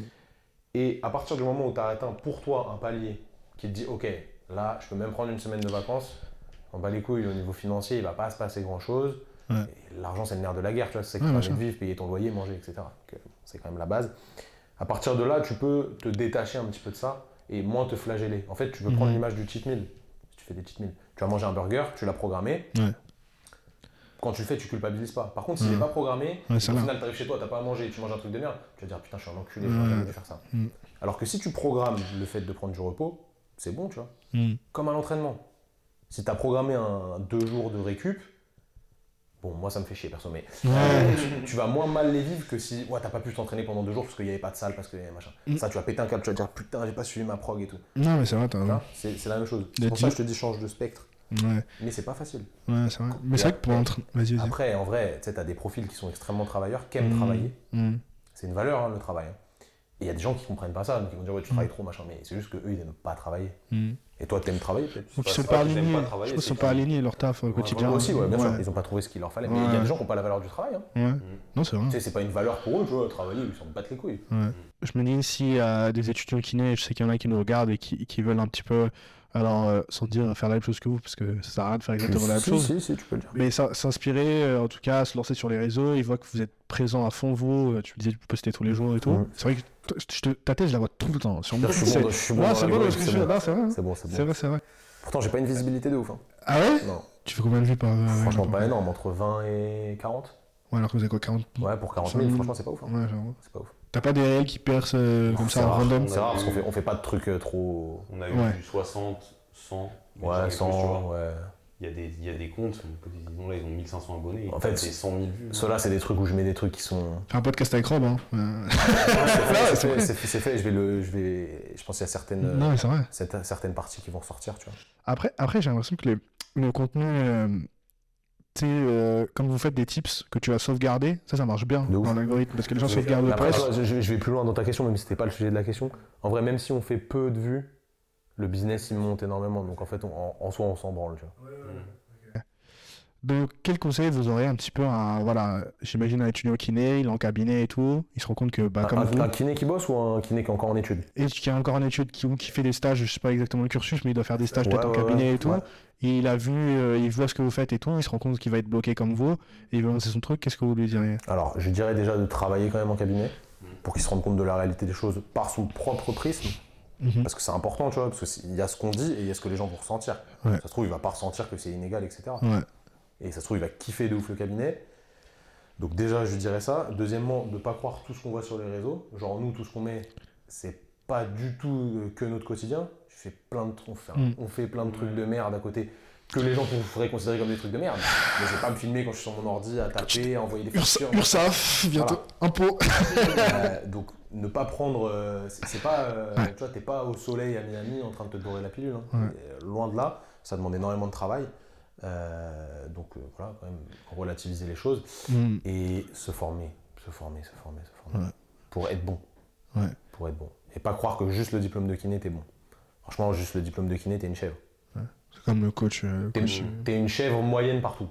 Et à partir du moment où tu as atteint pour toi un palier qui te dit, ok, là, je peux même prendre une semaine de vacances, on bat les couilles au niveau financier, il va pas se passer grand-chose. Ouais. Et l'argent, c'est le nerf de la guerre, tu vois, c'est ça qui Ouais, te bien permet de sûr. vivre, payer ton loyer, manger, et cetera. Donc, euh, c'est quand même la base. À partir de là, tu peux te détacher un petit peu de ça et moins te flageller. En fait, tu peux Mhm. prendre l'image du cheat meal. Si tu fais des cheat meals, tu vas manger un burger, tu l'as programmé. Ouais. Quand tu le fais, tu culpabilises pas. Par contre, s'il Mhm. n'est pas programmé, Ouais, et c'est qu'au là. final, tu arrives chez toi, tu n'as pas à manger, tu manges un truc de merde, tu vas dire putain, je suis un enculé, Ouais. j'aurais jamais dû faire ça. Mhm. Alors que si tu programmes le fait de prendre du repos, c'est bon, tu vois. Hmm. Comme à l'entraînement. Si tu as programmé un deux jours de récup, bon, moi ça me fait chier perso, mais Ouais. euh, tu, tu vas moins mal les vivre que si ouais, t'as pas pu t'entraîner pendant deux jours parce qu'il n'y avait pas de salle, parce que machin. Mm. Ça, tu vas péter un câble, tu vas dire putain, j'ai pas suivi ma prog et tout. Non, mais c'est vrai, t'as Tu raison. vois, C'est c'est la même chose. Les C'est pour ça que dix- je te dis change de spectre. Ouais, Mais c'est pas facile. ouais, c'est vrai. Mais Et c'est vrai que pour après- entre... Vas-y, vas-y. Après, en vrai, tu sais, t'as des profils qui sont extrêmement travailleurs, qui aiment Hmm. travailler. Hmm. C'est une valeur, hein, le travail. hein. Et il y a des gens qui comprennent pas ça, donc ils vont dire ouais, tu Mm. travailles trop, machin. Mais c'est juste qu'eux, ils n'aiment pas travailler. Hmm. Et toi, t'aimes travailler peut-être. Donc pas- ils sont c'est pas pas qu'ils aiment alignés. pas travailler, Je pense qu'ils sont c'est pas qu'ils- alignés leur taf au Ouais, quotidien. Moi aussi, ouais, bien Ouais. sûr. Ils n'ont pas trouvé ce qu'il leur fallait. Mais il y a Ouais. des gens qui n'ont pas la valeur du travail. hein. Ouais. Non, c'est vrai. Tu sais, c'est pas une valeur pour eux, tu vois. Travailler, ils s'en battent les couilles. Ouais. Je me dis s'il y a des étudiants kinés, je sais qu'il y en a qui nous regardent et qui, qui veulent un petit peu, alors euh, sans dire faire la même chose que vous, parce que ça sert à rien de faire exactement la même si, chose. Si, si, tu peux le dire. Mais ça- s'inspirer, euh, en tout cas, se lancer sur les réseaux, ils voient que vous êtes présent à fond, vous, euh, tu me disais, tu postez tous les jours et tout. Mhm. C'est vrai que t- je te- ta tête, je la vois tout le temps. Sur mon Je suis feed, bon, c'est- je suis bon Ouais, dans c'est bon, l'algorithme, ce que c'est je fais. bon. Non, c'est vrai. C'est bon, c'est C'est bon. vrai, c'est vrai. Pourtant, j'ai pas une visibilité de ouf. hein. Ah ouais Non. Tu fais combien de vues par. euh, Franchement, par- pas énorme, entre vingt et quarante. Ouais, alors que vous avez quoi, quarante Ouais, pour quarante mille, franchement, c'est pas ouf. hein. Ouais, j'avoue. C'est pas ouf. T'as pas des réels qui percent euh, comme C'est ça, en rare, random C'est rare parce qu'on fait, on fait pas de trucs euh, trop. On a eu Ouais. du soixante, cent. mais Ouais, jamais plus, tu vois. cent, ouais. Il y, a des, il y a des comptes, ils ont, là, ils ont mille cinq cents abonnés, En ils fait, tapent des cent mille vues. Ceux-là, c'est des trucs où je mets des trucs qui sont. Fais un podcast avec Rob, hein. Euh, c'est c'est fait, vrai. c'est fait, c'est fait, je vais le. Je, vais... je pense qu'il y a certaines, Non, mais c'est vrai. certaines, certaines parties qui vont ressortir, tu vois. Après, après j'ai l'impression que le, le contenu, euh, tu sais, euh, comme vous faites des tips que tu vas sauvegarder, ça, ça marche bien De ouf. dans l'algorithme parce que les gens Mais sauvegardent le après, post. tu vois, je, je vais plus loin dans ta question, même si c'était pas le sujet de la question. En vrai, même si on fait peu de vues, le business il monte énormément. Donc en fait, on- en, en soi, on s'en branle, tu vois. Donc, quel conseil vous aurez un petit peu à, voilà, j'imagine un étudiant kiné, il est en cabinet et tout, il se rend compte que, bah, Un, comme un- vous, un kiné qui bosse ou un kiné qui est encore en études? et qui est encore en études, qui, ou qui fait des stages, je sais pas exactement le cursus, mais il doit faire des stages Ouais, peut-être en ouais, cabinet ouais, et tout, ouais. et il a vu, euh, il voit ce que vous faites et tout, il se rend compte qu'il va être bloqué comme vous, et il veut lancer son truc, qu'est-ce que vous lui diriez? Alors, je dirais déjà de travailler quand même en cabinet pour qu'il se rende compte de la réalité des choses par son propre prisme. Mhm. Parce que c'est important, tu vois, parce qu'il y a ce qu'on dit et il y a ce que les gens vont ressentir. Ouais. Ça se trouve, il va pas ressentir que c'est inégal, et cetera. Ouais. Et ça se trouve, il va kiffer de ouf le cabinet. Donc déjà, je dirais ça. Deuxièmement, de ne pas croire tout ce qu'on voit sur les réseaux. Genre, nous, tout ce qu'on met, c'est pas du tout euh, que notre quotidien. Je fais plein de, on, fait, Mm. on fait plein de trucs de merde à côté que les gens pourraient considérer comme des trucs de merde. Mais je vais pas me filmer quand je suis sur mon ordi à taper, à envoyer des factures. Ursaf, bientôt, impôt. Euh, donc ne pas prendre, euh, c'est c'est pas, euh, Ouais. tu vois, t'es pas au soleil à Miami en train de te dorer la pilule. Hein. Ouais. Et, euh, loin de là, ça demande énormément de travail. Euh, donc euh, voilà, quand même relativiser les choses Mm. et se former, se former, se former, se former, Ouais. pour être bon, Ouais. pour être bon. Et pas croire que juste le diplôme de kiné t'es bon. Franchement, juste le diplôme de kiné t'es une chèvre. C'est comme le coach. euh, T'es coach, une, t'es une chèvre moyenne partout.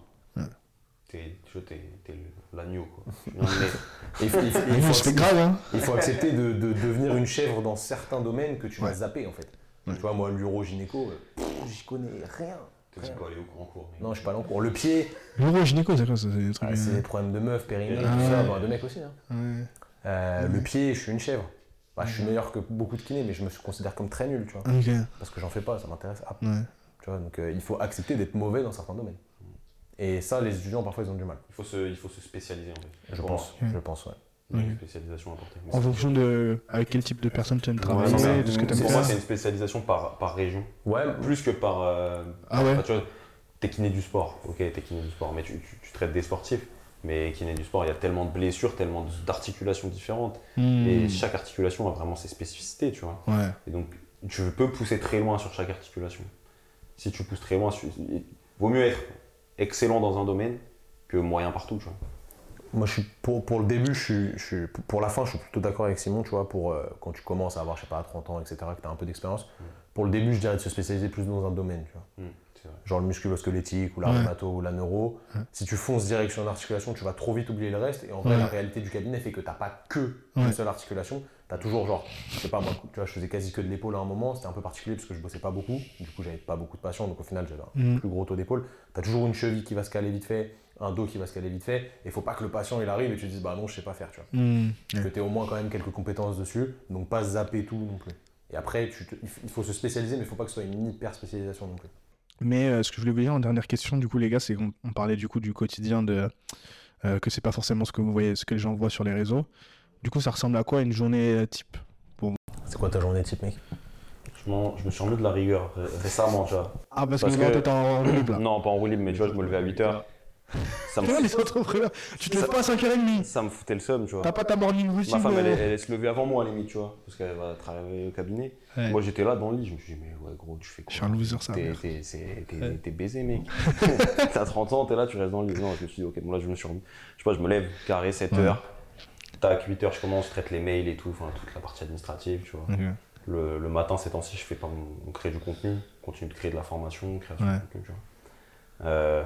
T'es, tu vois, t'es, t'es le- l'agneau, quoi. Tu viens de naître. Et il faut, il faut- euh, il faut c'est accepter- grave, hein. il faut accepter de, de devenir une chèvre dans certains domaines que tu Ouais. vas zapper en fait. Ouais. Tu vois, moi, l'urogynéco, euh, pff, j'y connais rien. T'es rien. pas allé au grand cours. mais- Non, je suis pas là en cours. Le pied, L'urogynéco, c'est quoi ça? C'est des trucs. ah, c'est euh, des problèmes de meufs, périnée, Ah tout ça, ouais. bon, de mecs aussi. Hein. ouais. Euh, Le pied, je suis une chèvre. Bah, je suis meilleur que beaucoup de kinés, mais je me considère comme très nul, tu vois. Ok. Parce que j'en fais pas, ça m'intéresse. Ah, Ouais. tu vois, donc euh, il faut accepter d'être mauvais dans certains domaines. Et ça, les étudiants, parfois, ils ont du mal. Il faut se, il faut se spécialiser, en fait. Je Pour pense, Ouais. je pense, ouais. moi, il y a Ouais. une spécialisation importante. Mais En c'est- fonction de avec quel type de personne tu aimes Ouais, travailler, non, mais de ce que tu aimes pour moi, faire. c'est une spécialisation par, par région. Ouais, Plus que par. euh, Ah ouais. enfin, tu vois, t'es kiné du sport, ok, t'es kiné du sport, mais tu, tu- tu traites des sportifs. Mais kiné du sport, il y a tellement de blessures, tellement d'articulations différentes. Hmm. Et chaque articulation a vraiment ses spécificités, tu vois. Ouais. Et donc, tu peux pousser très loin sur chaque articulation. Si tu pousses très loin, su- il vaut mieux être excellent dans un domaine que moyen partout, tu vois. moi, je suis pour, pour le début, je suis, je suis- pour la fin, je suis plutôt d'accord avec Simon, tu vois, pour euh, quand tu commences à avoir, je sais pas, trente ans, et cetera, que tu as un peu d'expérience. Pour le début, je dirais de se spécialiser plus dans un domaine, tu vois. Mm, c'est vrai. Genre le musculo-squelettique ou la Ouais. rhumato ou la neuro. Ouais. Si tu fonces direct sur une articulation, tu vas trop vite oublier le reste. Et en vrai, Ouais. la réalité du cabinet fait que t'as pas que Ouais. une seule articulation. T'as toujours genre, je sais pas moi, tu vois, je faisais quasi que de l'épaule à un moment. C'était un peu particulier parce que je bossais pas beaucoup. Du coup, j'avais pas beaucoup de patients. Donc au final, j'avais un Mhm. plus gros taux d'épaule. T'as toujours une cheville qui va se caler vite fait, un dos qui va se caler vite fait. Et faut pas que le patient il arrive et tu te dises bah non, je sais pas faire, tu vois. Hmm. Que tu aies au moins quand même quelques compétences dessus, donc pas zapper tout non plus. Et après, tu te- il f- il faut se spécialiser, mais il faut pas que ce soit une hyper spécialisation non plus. Mais euh, ce que je voulais vous dire en dernière question, du coup, les gars, c'est qu'on on parlait du coup du quotidien de euh, que c'est pas forcément ce que vous voyez, ce que les gens voient sur les réseaux. Du coup, ça ressemble à quoi une journée euh, type? C'est quoi ta journée type, mec? Je, m'en- je me suis remis de la rigueur ré- récemment, tu vois. Ah, parce, Parce que, que- t'es en roue libre là. Non, pas en roue libre, mais tu vois, je me levais à huit heures. Ça me, Tu vois, les entrepreneurs, tu te lèves pas à cinq heures trente. ça me foutait le seum, tu vois. T'as pas ta morning routine. Ma femme, elle, euh, elle, elle se levait avant moi, à la limite, tu vois, parce qu'elle va travailler au cabinet. Ouais. Moi, j'étais là dans le lit, je me suis dit, mais ouais, gros, tu fais quoi? Je suis un loser, ça. T'es, merde. t'es, c'est- t'es- Ouais. t'es baisé, mec. T'as trente ans, t'es là, tu restes dans le lit. Non, je me suis dit, ok, bon, là, je me suis remis. Je sais pas, je me lève, carré, sept heures. Tac, huit heures, je commence, je traite les mails et tout, enfin, toute la partie administrative, tu vois. Ok. Le, le matin, ces temps-ci, je fais pas, on crée du contenu, on continue de créer de la formation, création Ouais. de contenu, tu vois. Euh,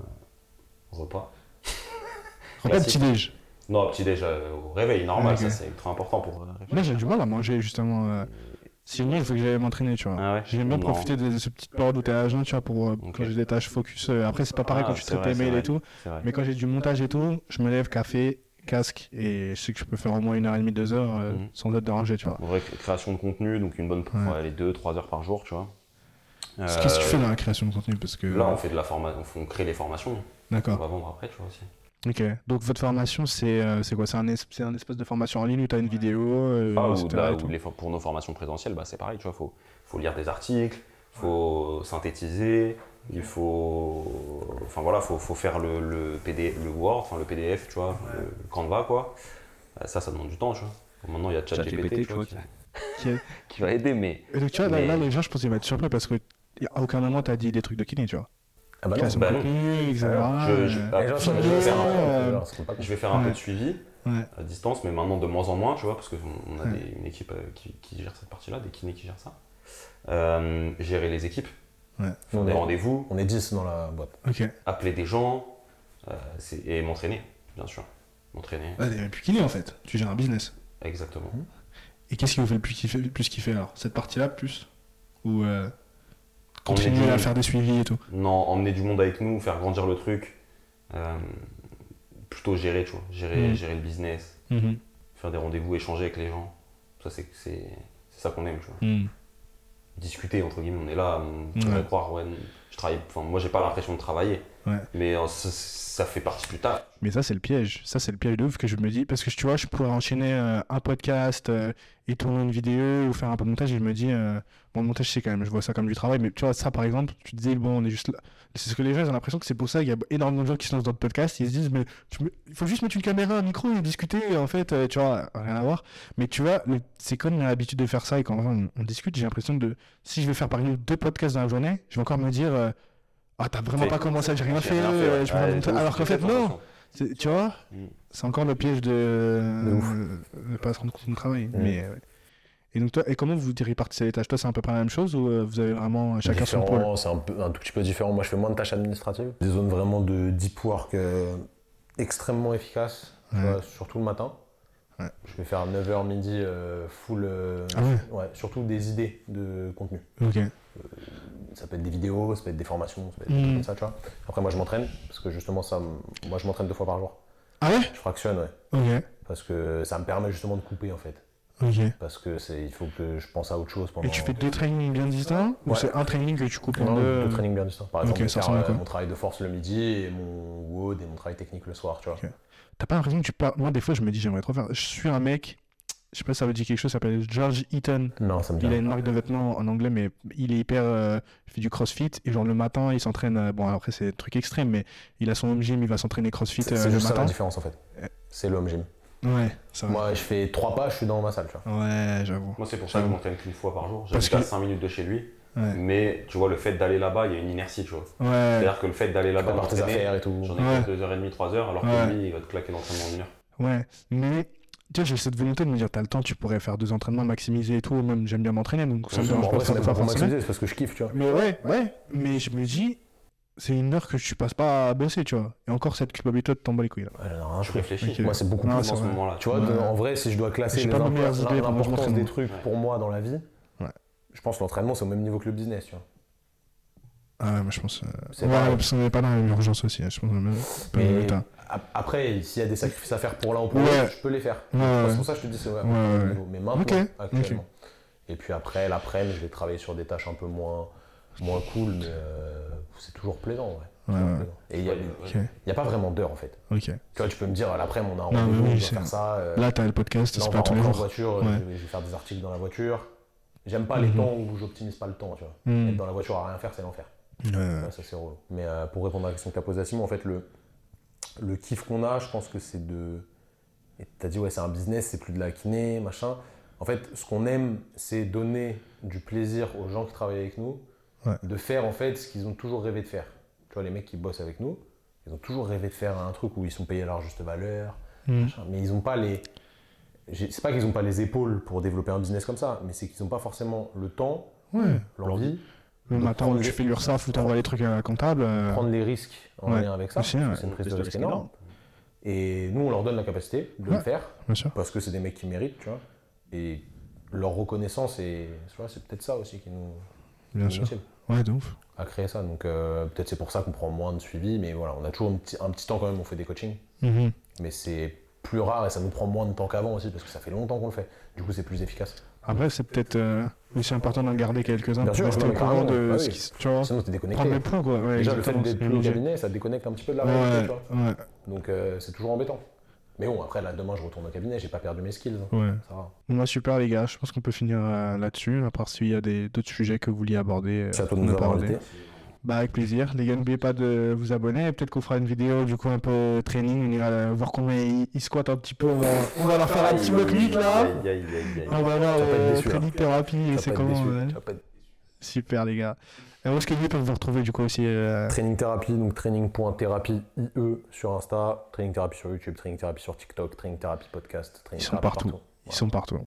repas. Repas de petit déj. Non, petit déj euh, au réveil, normal, Ok. ça c'est ultra important pour. euh, réfléchir. Là, j'ai du mal à manger justement. Euh... Sinon, il faut que j'aille m'entraîner, tu vois. Ah ouais. J'aime bien Non. profiter de, de ce petit période où t'es à jeun, tu vois, pour euh, Ok. quand j'ai des tâches focus. euh, Après, c'est pas pareil Ah, quand tu c'est traites vrai, les c'est mails vrai. et tout. C'est vrai. Mais quand j'ai du montage et tout, je me lève, café, casque, et je sais que je peux faire au moins une heure et demie, deux heures euh, Mhm. sans être dérangé, tu vois. En vrai, création de contenu, donc une bonne. Ouais. Ouais, les deux, trois heures par jour, tu vois. Qu'est-ce que tu Euh, fais dans la création de contenu? Parce que. Là, on fait de la formation, on crée les formations. On D'accord. va vendre après, tu vois aussi. Ok. Donc, votre formation, c'est euh, c'est quoi? C'est un, es- c'est un espèce de formation en ligne où t'as une vidéo, euh, Ah, et ou, cetera bah, et ou tout. les for- pour nos formations présentielles, bah, c'est pareil, tu vois, faut, faut lire des articles, faut synthétiser, il faut, enfin voilà, faut, faut faire le, le P D F, le Word, enfin le P D F, tu vois, le Canva, quoi. Euh, Ça, ça demande du temps, tu vois. Bon, maintenant, il y a ChatGPT, tu vois, qui, Ok. qui va aider, mais Et donc, tu vois, là, Mais- là, les gens, je pense qu'ils vont être surpris parce que y a- à aucun moment t'as dit des trucs de kiné, tu vois. Ah bah non, Création bah de non. contenu, et cetera. je, je, euh, ah, les gens, je ça va vais juste faire un, euh, alors, ça compte pas, quoi. je vais faire un Ouais. peu de suivi Ouais. à distance, mais maintenant de moins en moins, tu vois, parce qu'on on a Ouais. des- une équipe euh, qui, qui gère cette partie-là, des kinés qui gèrent ça. Euh, gérer les équipes, Ouais. Nous, on Des est, rendez-vous, on est dix dans la boîte. Ok. appeler des gens euh, c'est- et m'entraîner, bien sûr. M'entraîner, Ouais, t'es plus kiné en fait. Tu gères un business. exactement. Et qu'est-ce qui vous fait le plus kiffer, le plus kiffer alors? Cette partie-là, plus? Ou euh, Emmener continuer du à monde. faire des suivis et tout? Non, emmener du monde avec nous, faire grandir le truc. euh, plutôt gérer, tu vois. Gérer, Mhm. gérer le business, Mhm. faire des rendez-vous, échanger avec les gens. Ça, c'est, c'est, c'est ça qu'on aime, tu vois. Mhm. Discuter, entre guillemets, on est là, on pourrait Ouais. croire, ouais, je travaille. Enfin, moi, j'ai pas l'impression de travailler. Ouais. Mais euh, ça, ça fait partie du taf. Mais ça, c'est le piège. Ça, c'est le piège de ouf que je me dis. Parce que tu vois, je pourrais enchaîner euh, un podcast euh, et tourner une vidéo ou faire un peu de montage. Et je me dis, euh, bon, le montage, c'est quand même, je vois ça comme du travail. Mais tu vois, ça, par exemple, tu te disais, bon, on est juste là. C'est ce que les gens, ils ont l'impression que c'est pour ça qu'il y a énormément de gens qui se lancent dans le podcast. Ils se disent, mais tu me- il faut juste mettre une caméra, un micro et discuter. Et en fait, euh, tu vois, rien à voir. Mais tu vois, le- c'est quand on a l'habitude de faire ça et quand on, on discute, j'ai l'impression de. Si je vais faire par exemple deux podcasts dans la journée, je vais encore me dire. euh, ah, t'as vraiment Fait- pas commencé, j'ai rien J'ai fait, rien fait, euh, ouais. je me Ouais, raconte- de ouf, alors qu'en j'ai fait, cette non, sensation. c'est- tu vois, Mm. c'est encore le piège de De ouf. de pas se rendre compte de travail. Mais, ouais. Et donc toi, et comment vous répartissez les tâches? Toi, c'est à peu près la même chose ou euh, vous avez vraiment chacun son pôle? Différent, c'est un, peu, un tout petit peu différent. Moi, je fais moins de tâches administratives. Des zones vraiment de deep work euh, extrêmement efficaces, tu Ouais. vois, surtout le matin. Ouais. Je vais faire neuf heures midi euh, full. euh, Ah ouais. ouais, surtout des idées de contenu. Ok. Ça peut être des vidéos, ça peut être des formations, ça peut être Mm. des trucs comme ça, tu vois. Après, moi, je m'entraîne, parce que justement, ça, m- moi, je m'entraîne deux fois par jour. Ah ouais? Je fractionne, ouais. Ok. Parce que ça me permet justement de couper, en fait. Ok. Parce que c'est, il faut que je pense à autre chose pendant. Et tu fais deux trainings bien distincts ou Ouais. c'est un training que tu coupes en Non, deux? deux trainings bien distincts. Par Ok, exemple, je vais ça faire ressemble à euh, quoi? mon travail de force le midi et mon WOD et mon travail technique le soir, tu vois. Ok. T'as pas l'impression que tu parles. Moi, des fois, je me dis, j'aimerais trop faire. Je suis un mec, je sais pas si ça veut dire quelque chose, ça s'appelle George Eaton. Non, ça me dit Il a rien. une marque de vêtements en anglais, mais il est hyper. euh, il fait du crossfit. Et genre le matin, il s'entraîne. euh, bon, après, c'est un truc extrême, mais il a son home gym, il va s'entraîner crossfit C'est euh, c'est le juste ça la matin. différence en fait. Ouais. C'est le home gym. Ouais, ça va. Moi, je fais trois pas, je suis dans ma salle, tu vois. Ouais, j'avoue. Moi, c'est pour ça que je m'entraîne qu'une fois par jour. Parce J'habite à que- cinq minutes de chez lui. Ouais. Mais tu vois, le fait d'aller là-bas, il y a une inertie, tu vois. Ouais. C'est-à-dire que le fait d'aller là-bas, Prépare tes m'entraîner, affaires et tout. j'en ai Ouais. pour deux heures trente, trois heures, alors Ouais. que lui, il va te claquer l'entraînement en une heure. Ouais. Mais. Tu vois, j'ai cette volonté de me dire, t'as le temps, tu pourrais faire deux entraînements, maximiser et tout. Même, j'aime bien m'entraîner, donc ça me Bon, dérange en pas de vrai, c'est faire même deux pas fois pour par semaine. maximiser, c'est parce que je kiffe, tu vois. Mais ouais, ouais. Mais je me dis, c'est une heure que tu passes pas à bosser, tu vois. Et encore cette culpabilité de t'en bats les couilles là. Ouais, j'en ai rien à Je foutre. réfléchis. Ok. Moi, c'est beaucoup Non, plus c'est en ce vrai. moment-là. Tu vois, de- Ouais. en vrai, si je dois classer J'ai les pas mes impo- meilleures idées pendant que je l'importance m'entraîne, des moi. trucs Ouais. pour moi dans la vie, Ouais. je pense que l'entraînement, c'est au même niveau que le business, tu vois. Ah ouais, moi je pense. euh, C'est ouais, pareil. parce qu'on n'est pas dans l'urgence aussi, hein, je pense. Même pas Mais dans l'état. ap- après, s'il y a des sacrifices à faire pour l'un ou pour Ouais. l'autre, je peux les faire. Ouais, C'est ouais. pour ça que je te dis, c'est ouais, Ouais, ouais, niveau. Mais maintenant, Ok, actuellement. Et puis après, l'après-midi, je vais travailler sur des tâches un peu moins, moins cool, mais euh, c'est toujours plaisant, ouais. Ouais, Toujours ouais. plaisant. Et il n'y a, Ouais, Ok, il y a pas vraiment d'heure, en fait. ok. Tu vois, tu peux me dire, l'après-midi, on a un Non, rendez-vous, mais oui, on doit c'est- faire ça. euh, Là, t'as le podcast, là, c'est on pas va tous les rentrer en jours. voiture, Ouais. je, vais, je vais faire des articles dans la voiture. J'aime pas les Mhm. temps où j'optimise pas le temps, tu vois. Hmm. Être dans la voiture à rien faire, c'est l'enfer. Ouais, ouais. Ouais, ça c'est relou. Mais euh, pour répondre à la question que tu as posée à Simon, en fait, le, le kiff qu'on a, je pense que c'est de. Tu as dit, ouais, c'est un business, c'est plus de la kiné, machin. En fait, ce qu'on aime, c'est donner du plaisir aux gens qui travaillent avec nous, Ouais. de faire en fait ce qu'ils ont toujours rêvé de faire. Tu vois, les mecs qui bossent avec nous, ils ont toujours rêvé de faire un truc où ils sont payés à leur juste valeur, Hmm. machin. Mais ils n'ont pas les. j'ai- C'est pas qu'ils n'ont pas les épaules pour développer un business comme ça, mais c'est qu'ils n'ont pas forcément le temps, Ouais. l'envie, Le de matin prendre où tu les- fais l'URSSAF ou t'envoies les trucs à la comptable. euh, prendre les risques en Ouais. lien avec ça. Aussi, parce que ouais. C'est une prise de Prise de risque risque énorme. Et nous, on leur donne la capacité de Ouais. le faire Bien sûr. parce que c'est des mecs qui méritent, tu vois. Et leur reconnaissance, et tu vois, c'est peut-être ça aussi qui nous, qui Bien nous sûr. motive Ouais, de ouf. à créer ça. Donc euh, peut-être c'est pour ça qu'on prend moins de suivi, mais voilà, on a toujours un petit, un petit temps quand même, on fait des coachings, Mhm. mais c'est plus rare et ça nous prend moins de temps qu'avant aussi parce que ça fait longtemps qu'on le fait. Du coup, c'est plus efficace. Après, c'est peut-être euh, aussi important d'en garder quelques-uns Bien pour sûr, rester non, au mais courant carrément, de bah ce oui. qui se. Tu vois, Sinon, t'es déconnecté. prendre les points, quoi. Ouais, Déjà, le fait exactement, d'être c'est plus au obligé. cabinet, ça te déconnecte un petit peu de la réalité, tu Ouais, vois. ouais, Donc euh, c'est toujours embêtant. Mais bon, après, là, demain, je retourne au cabinet, j'ai pas perdu mes skills. hein. ouais. Ça va. Bon, bah, super les gars, je pense qu'on peut finir euh, là-dessus, à part s'il y a des- d'autres sujets que vous vouliez aborder. euh, C'est à toi de on nous n'a pas avoir abordé. invités. Bah avec plaisir, les gars n'oubliez pas de vous abonner, et peut-être qu'on fera une vidéo du coup un peu training, on ira euh, voir comment ils, ils squattent un petit peu, on va, on va leur faire un petit mock-meet là, Aïe, aïe, aïe, aïe. on va voir Tu vas pas être euh, déçu, hein. training thérapie et Tu vas c'est pas être comment, déçu, ouais. tu vas pas être- Super les gars. Et où est-ce que vous peuvent vous retrouver du coup aussi euh, Training Therapy, donc training.thérapie I E sur Insta, Training Therapy sur YouTube, Training Therapy sur TikTok, Training Therapy podcast, Training Ils sont Therapy partout. Ils sont partout.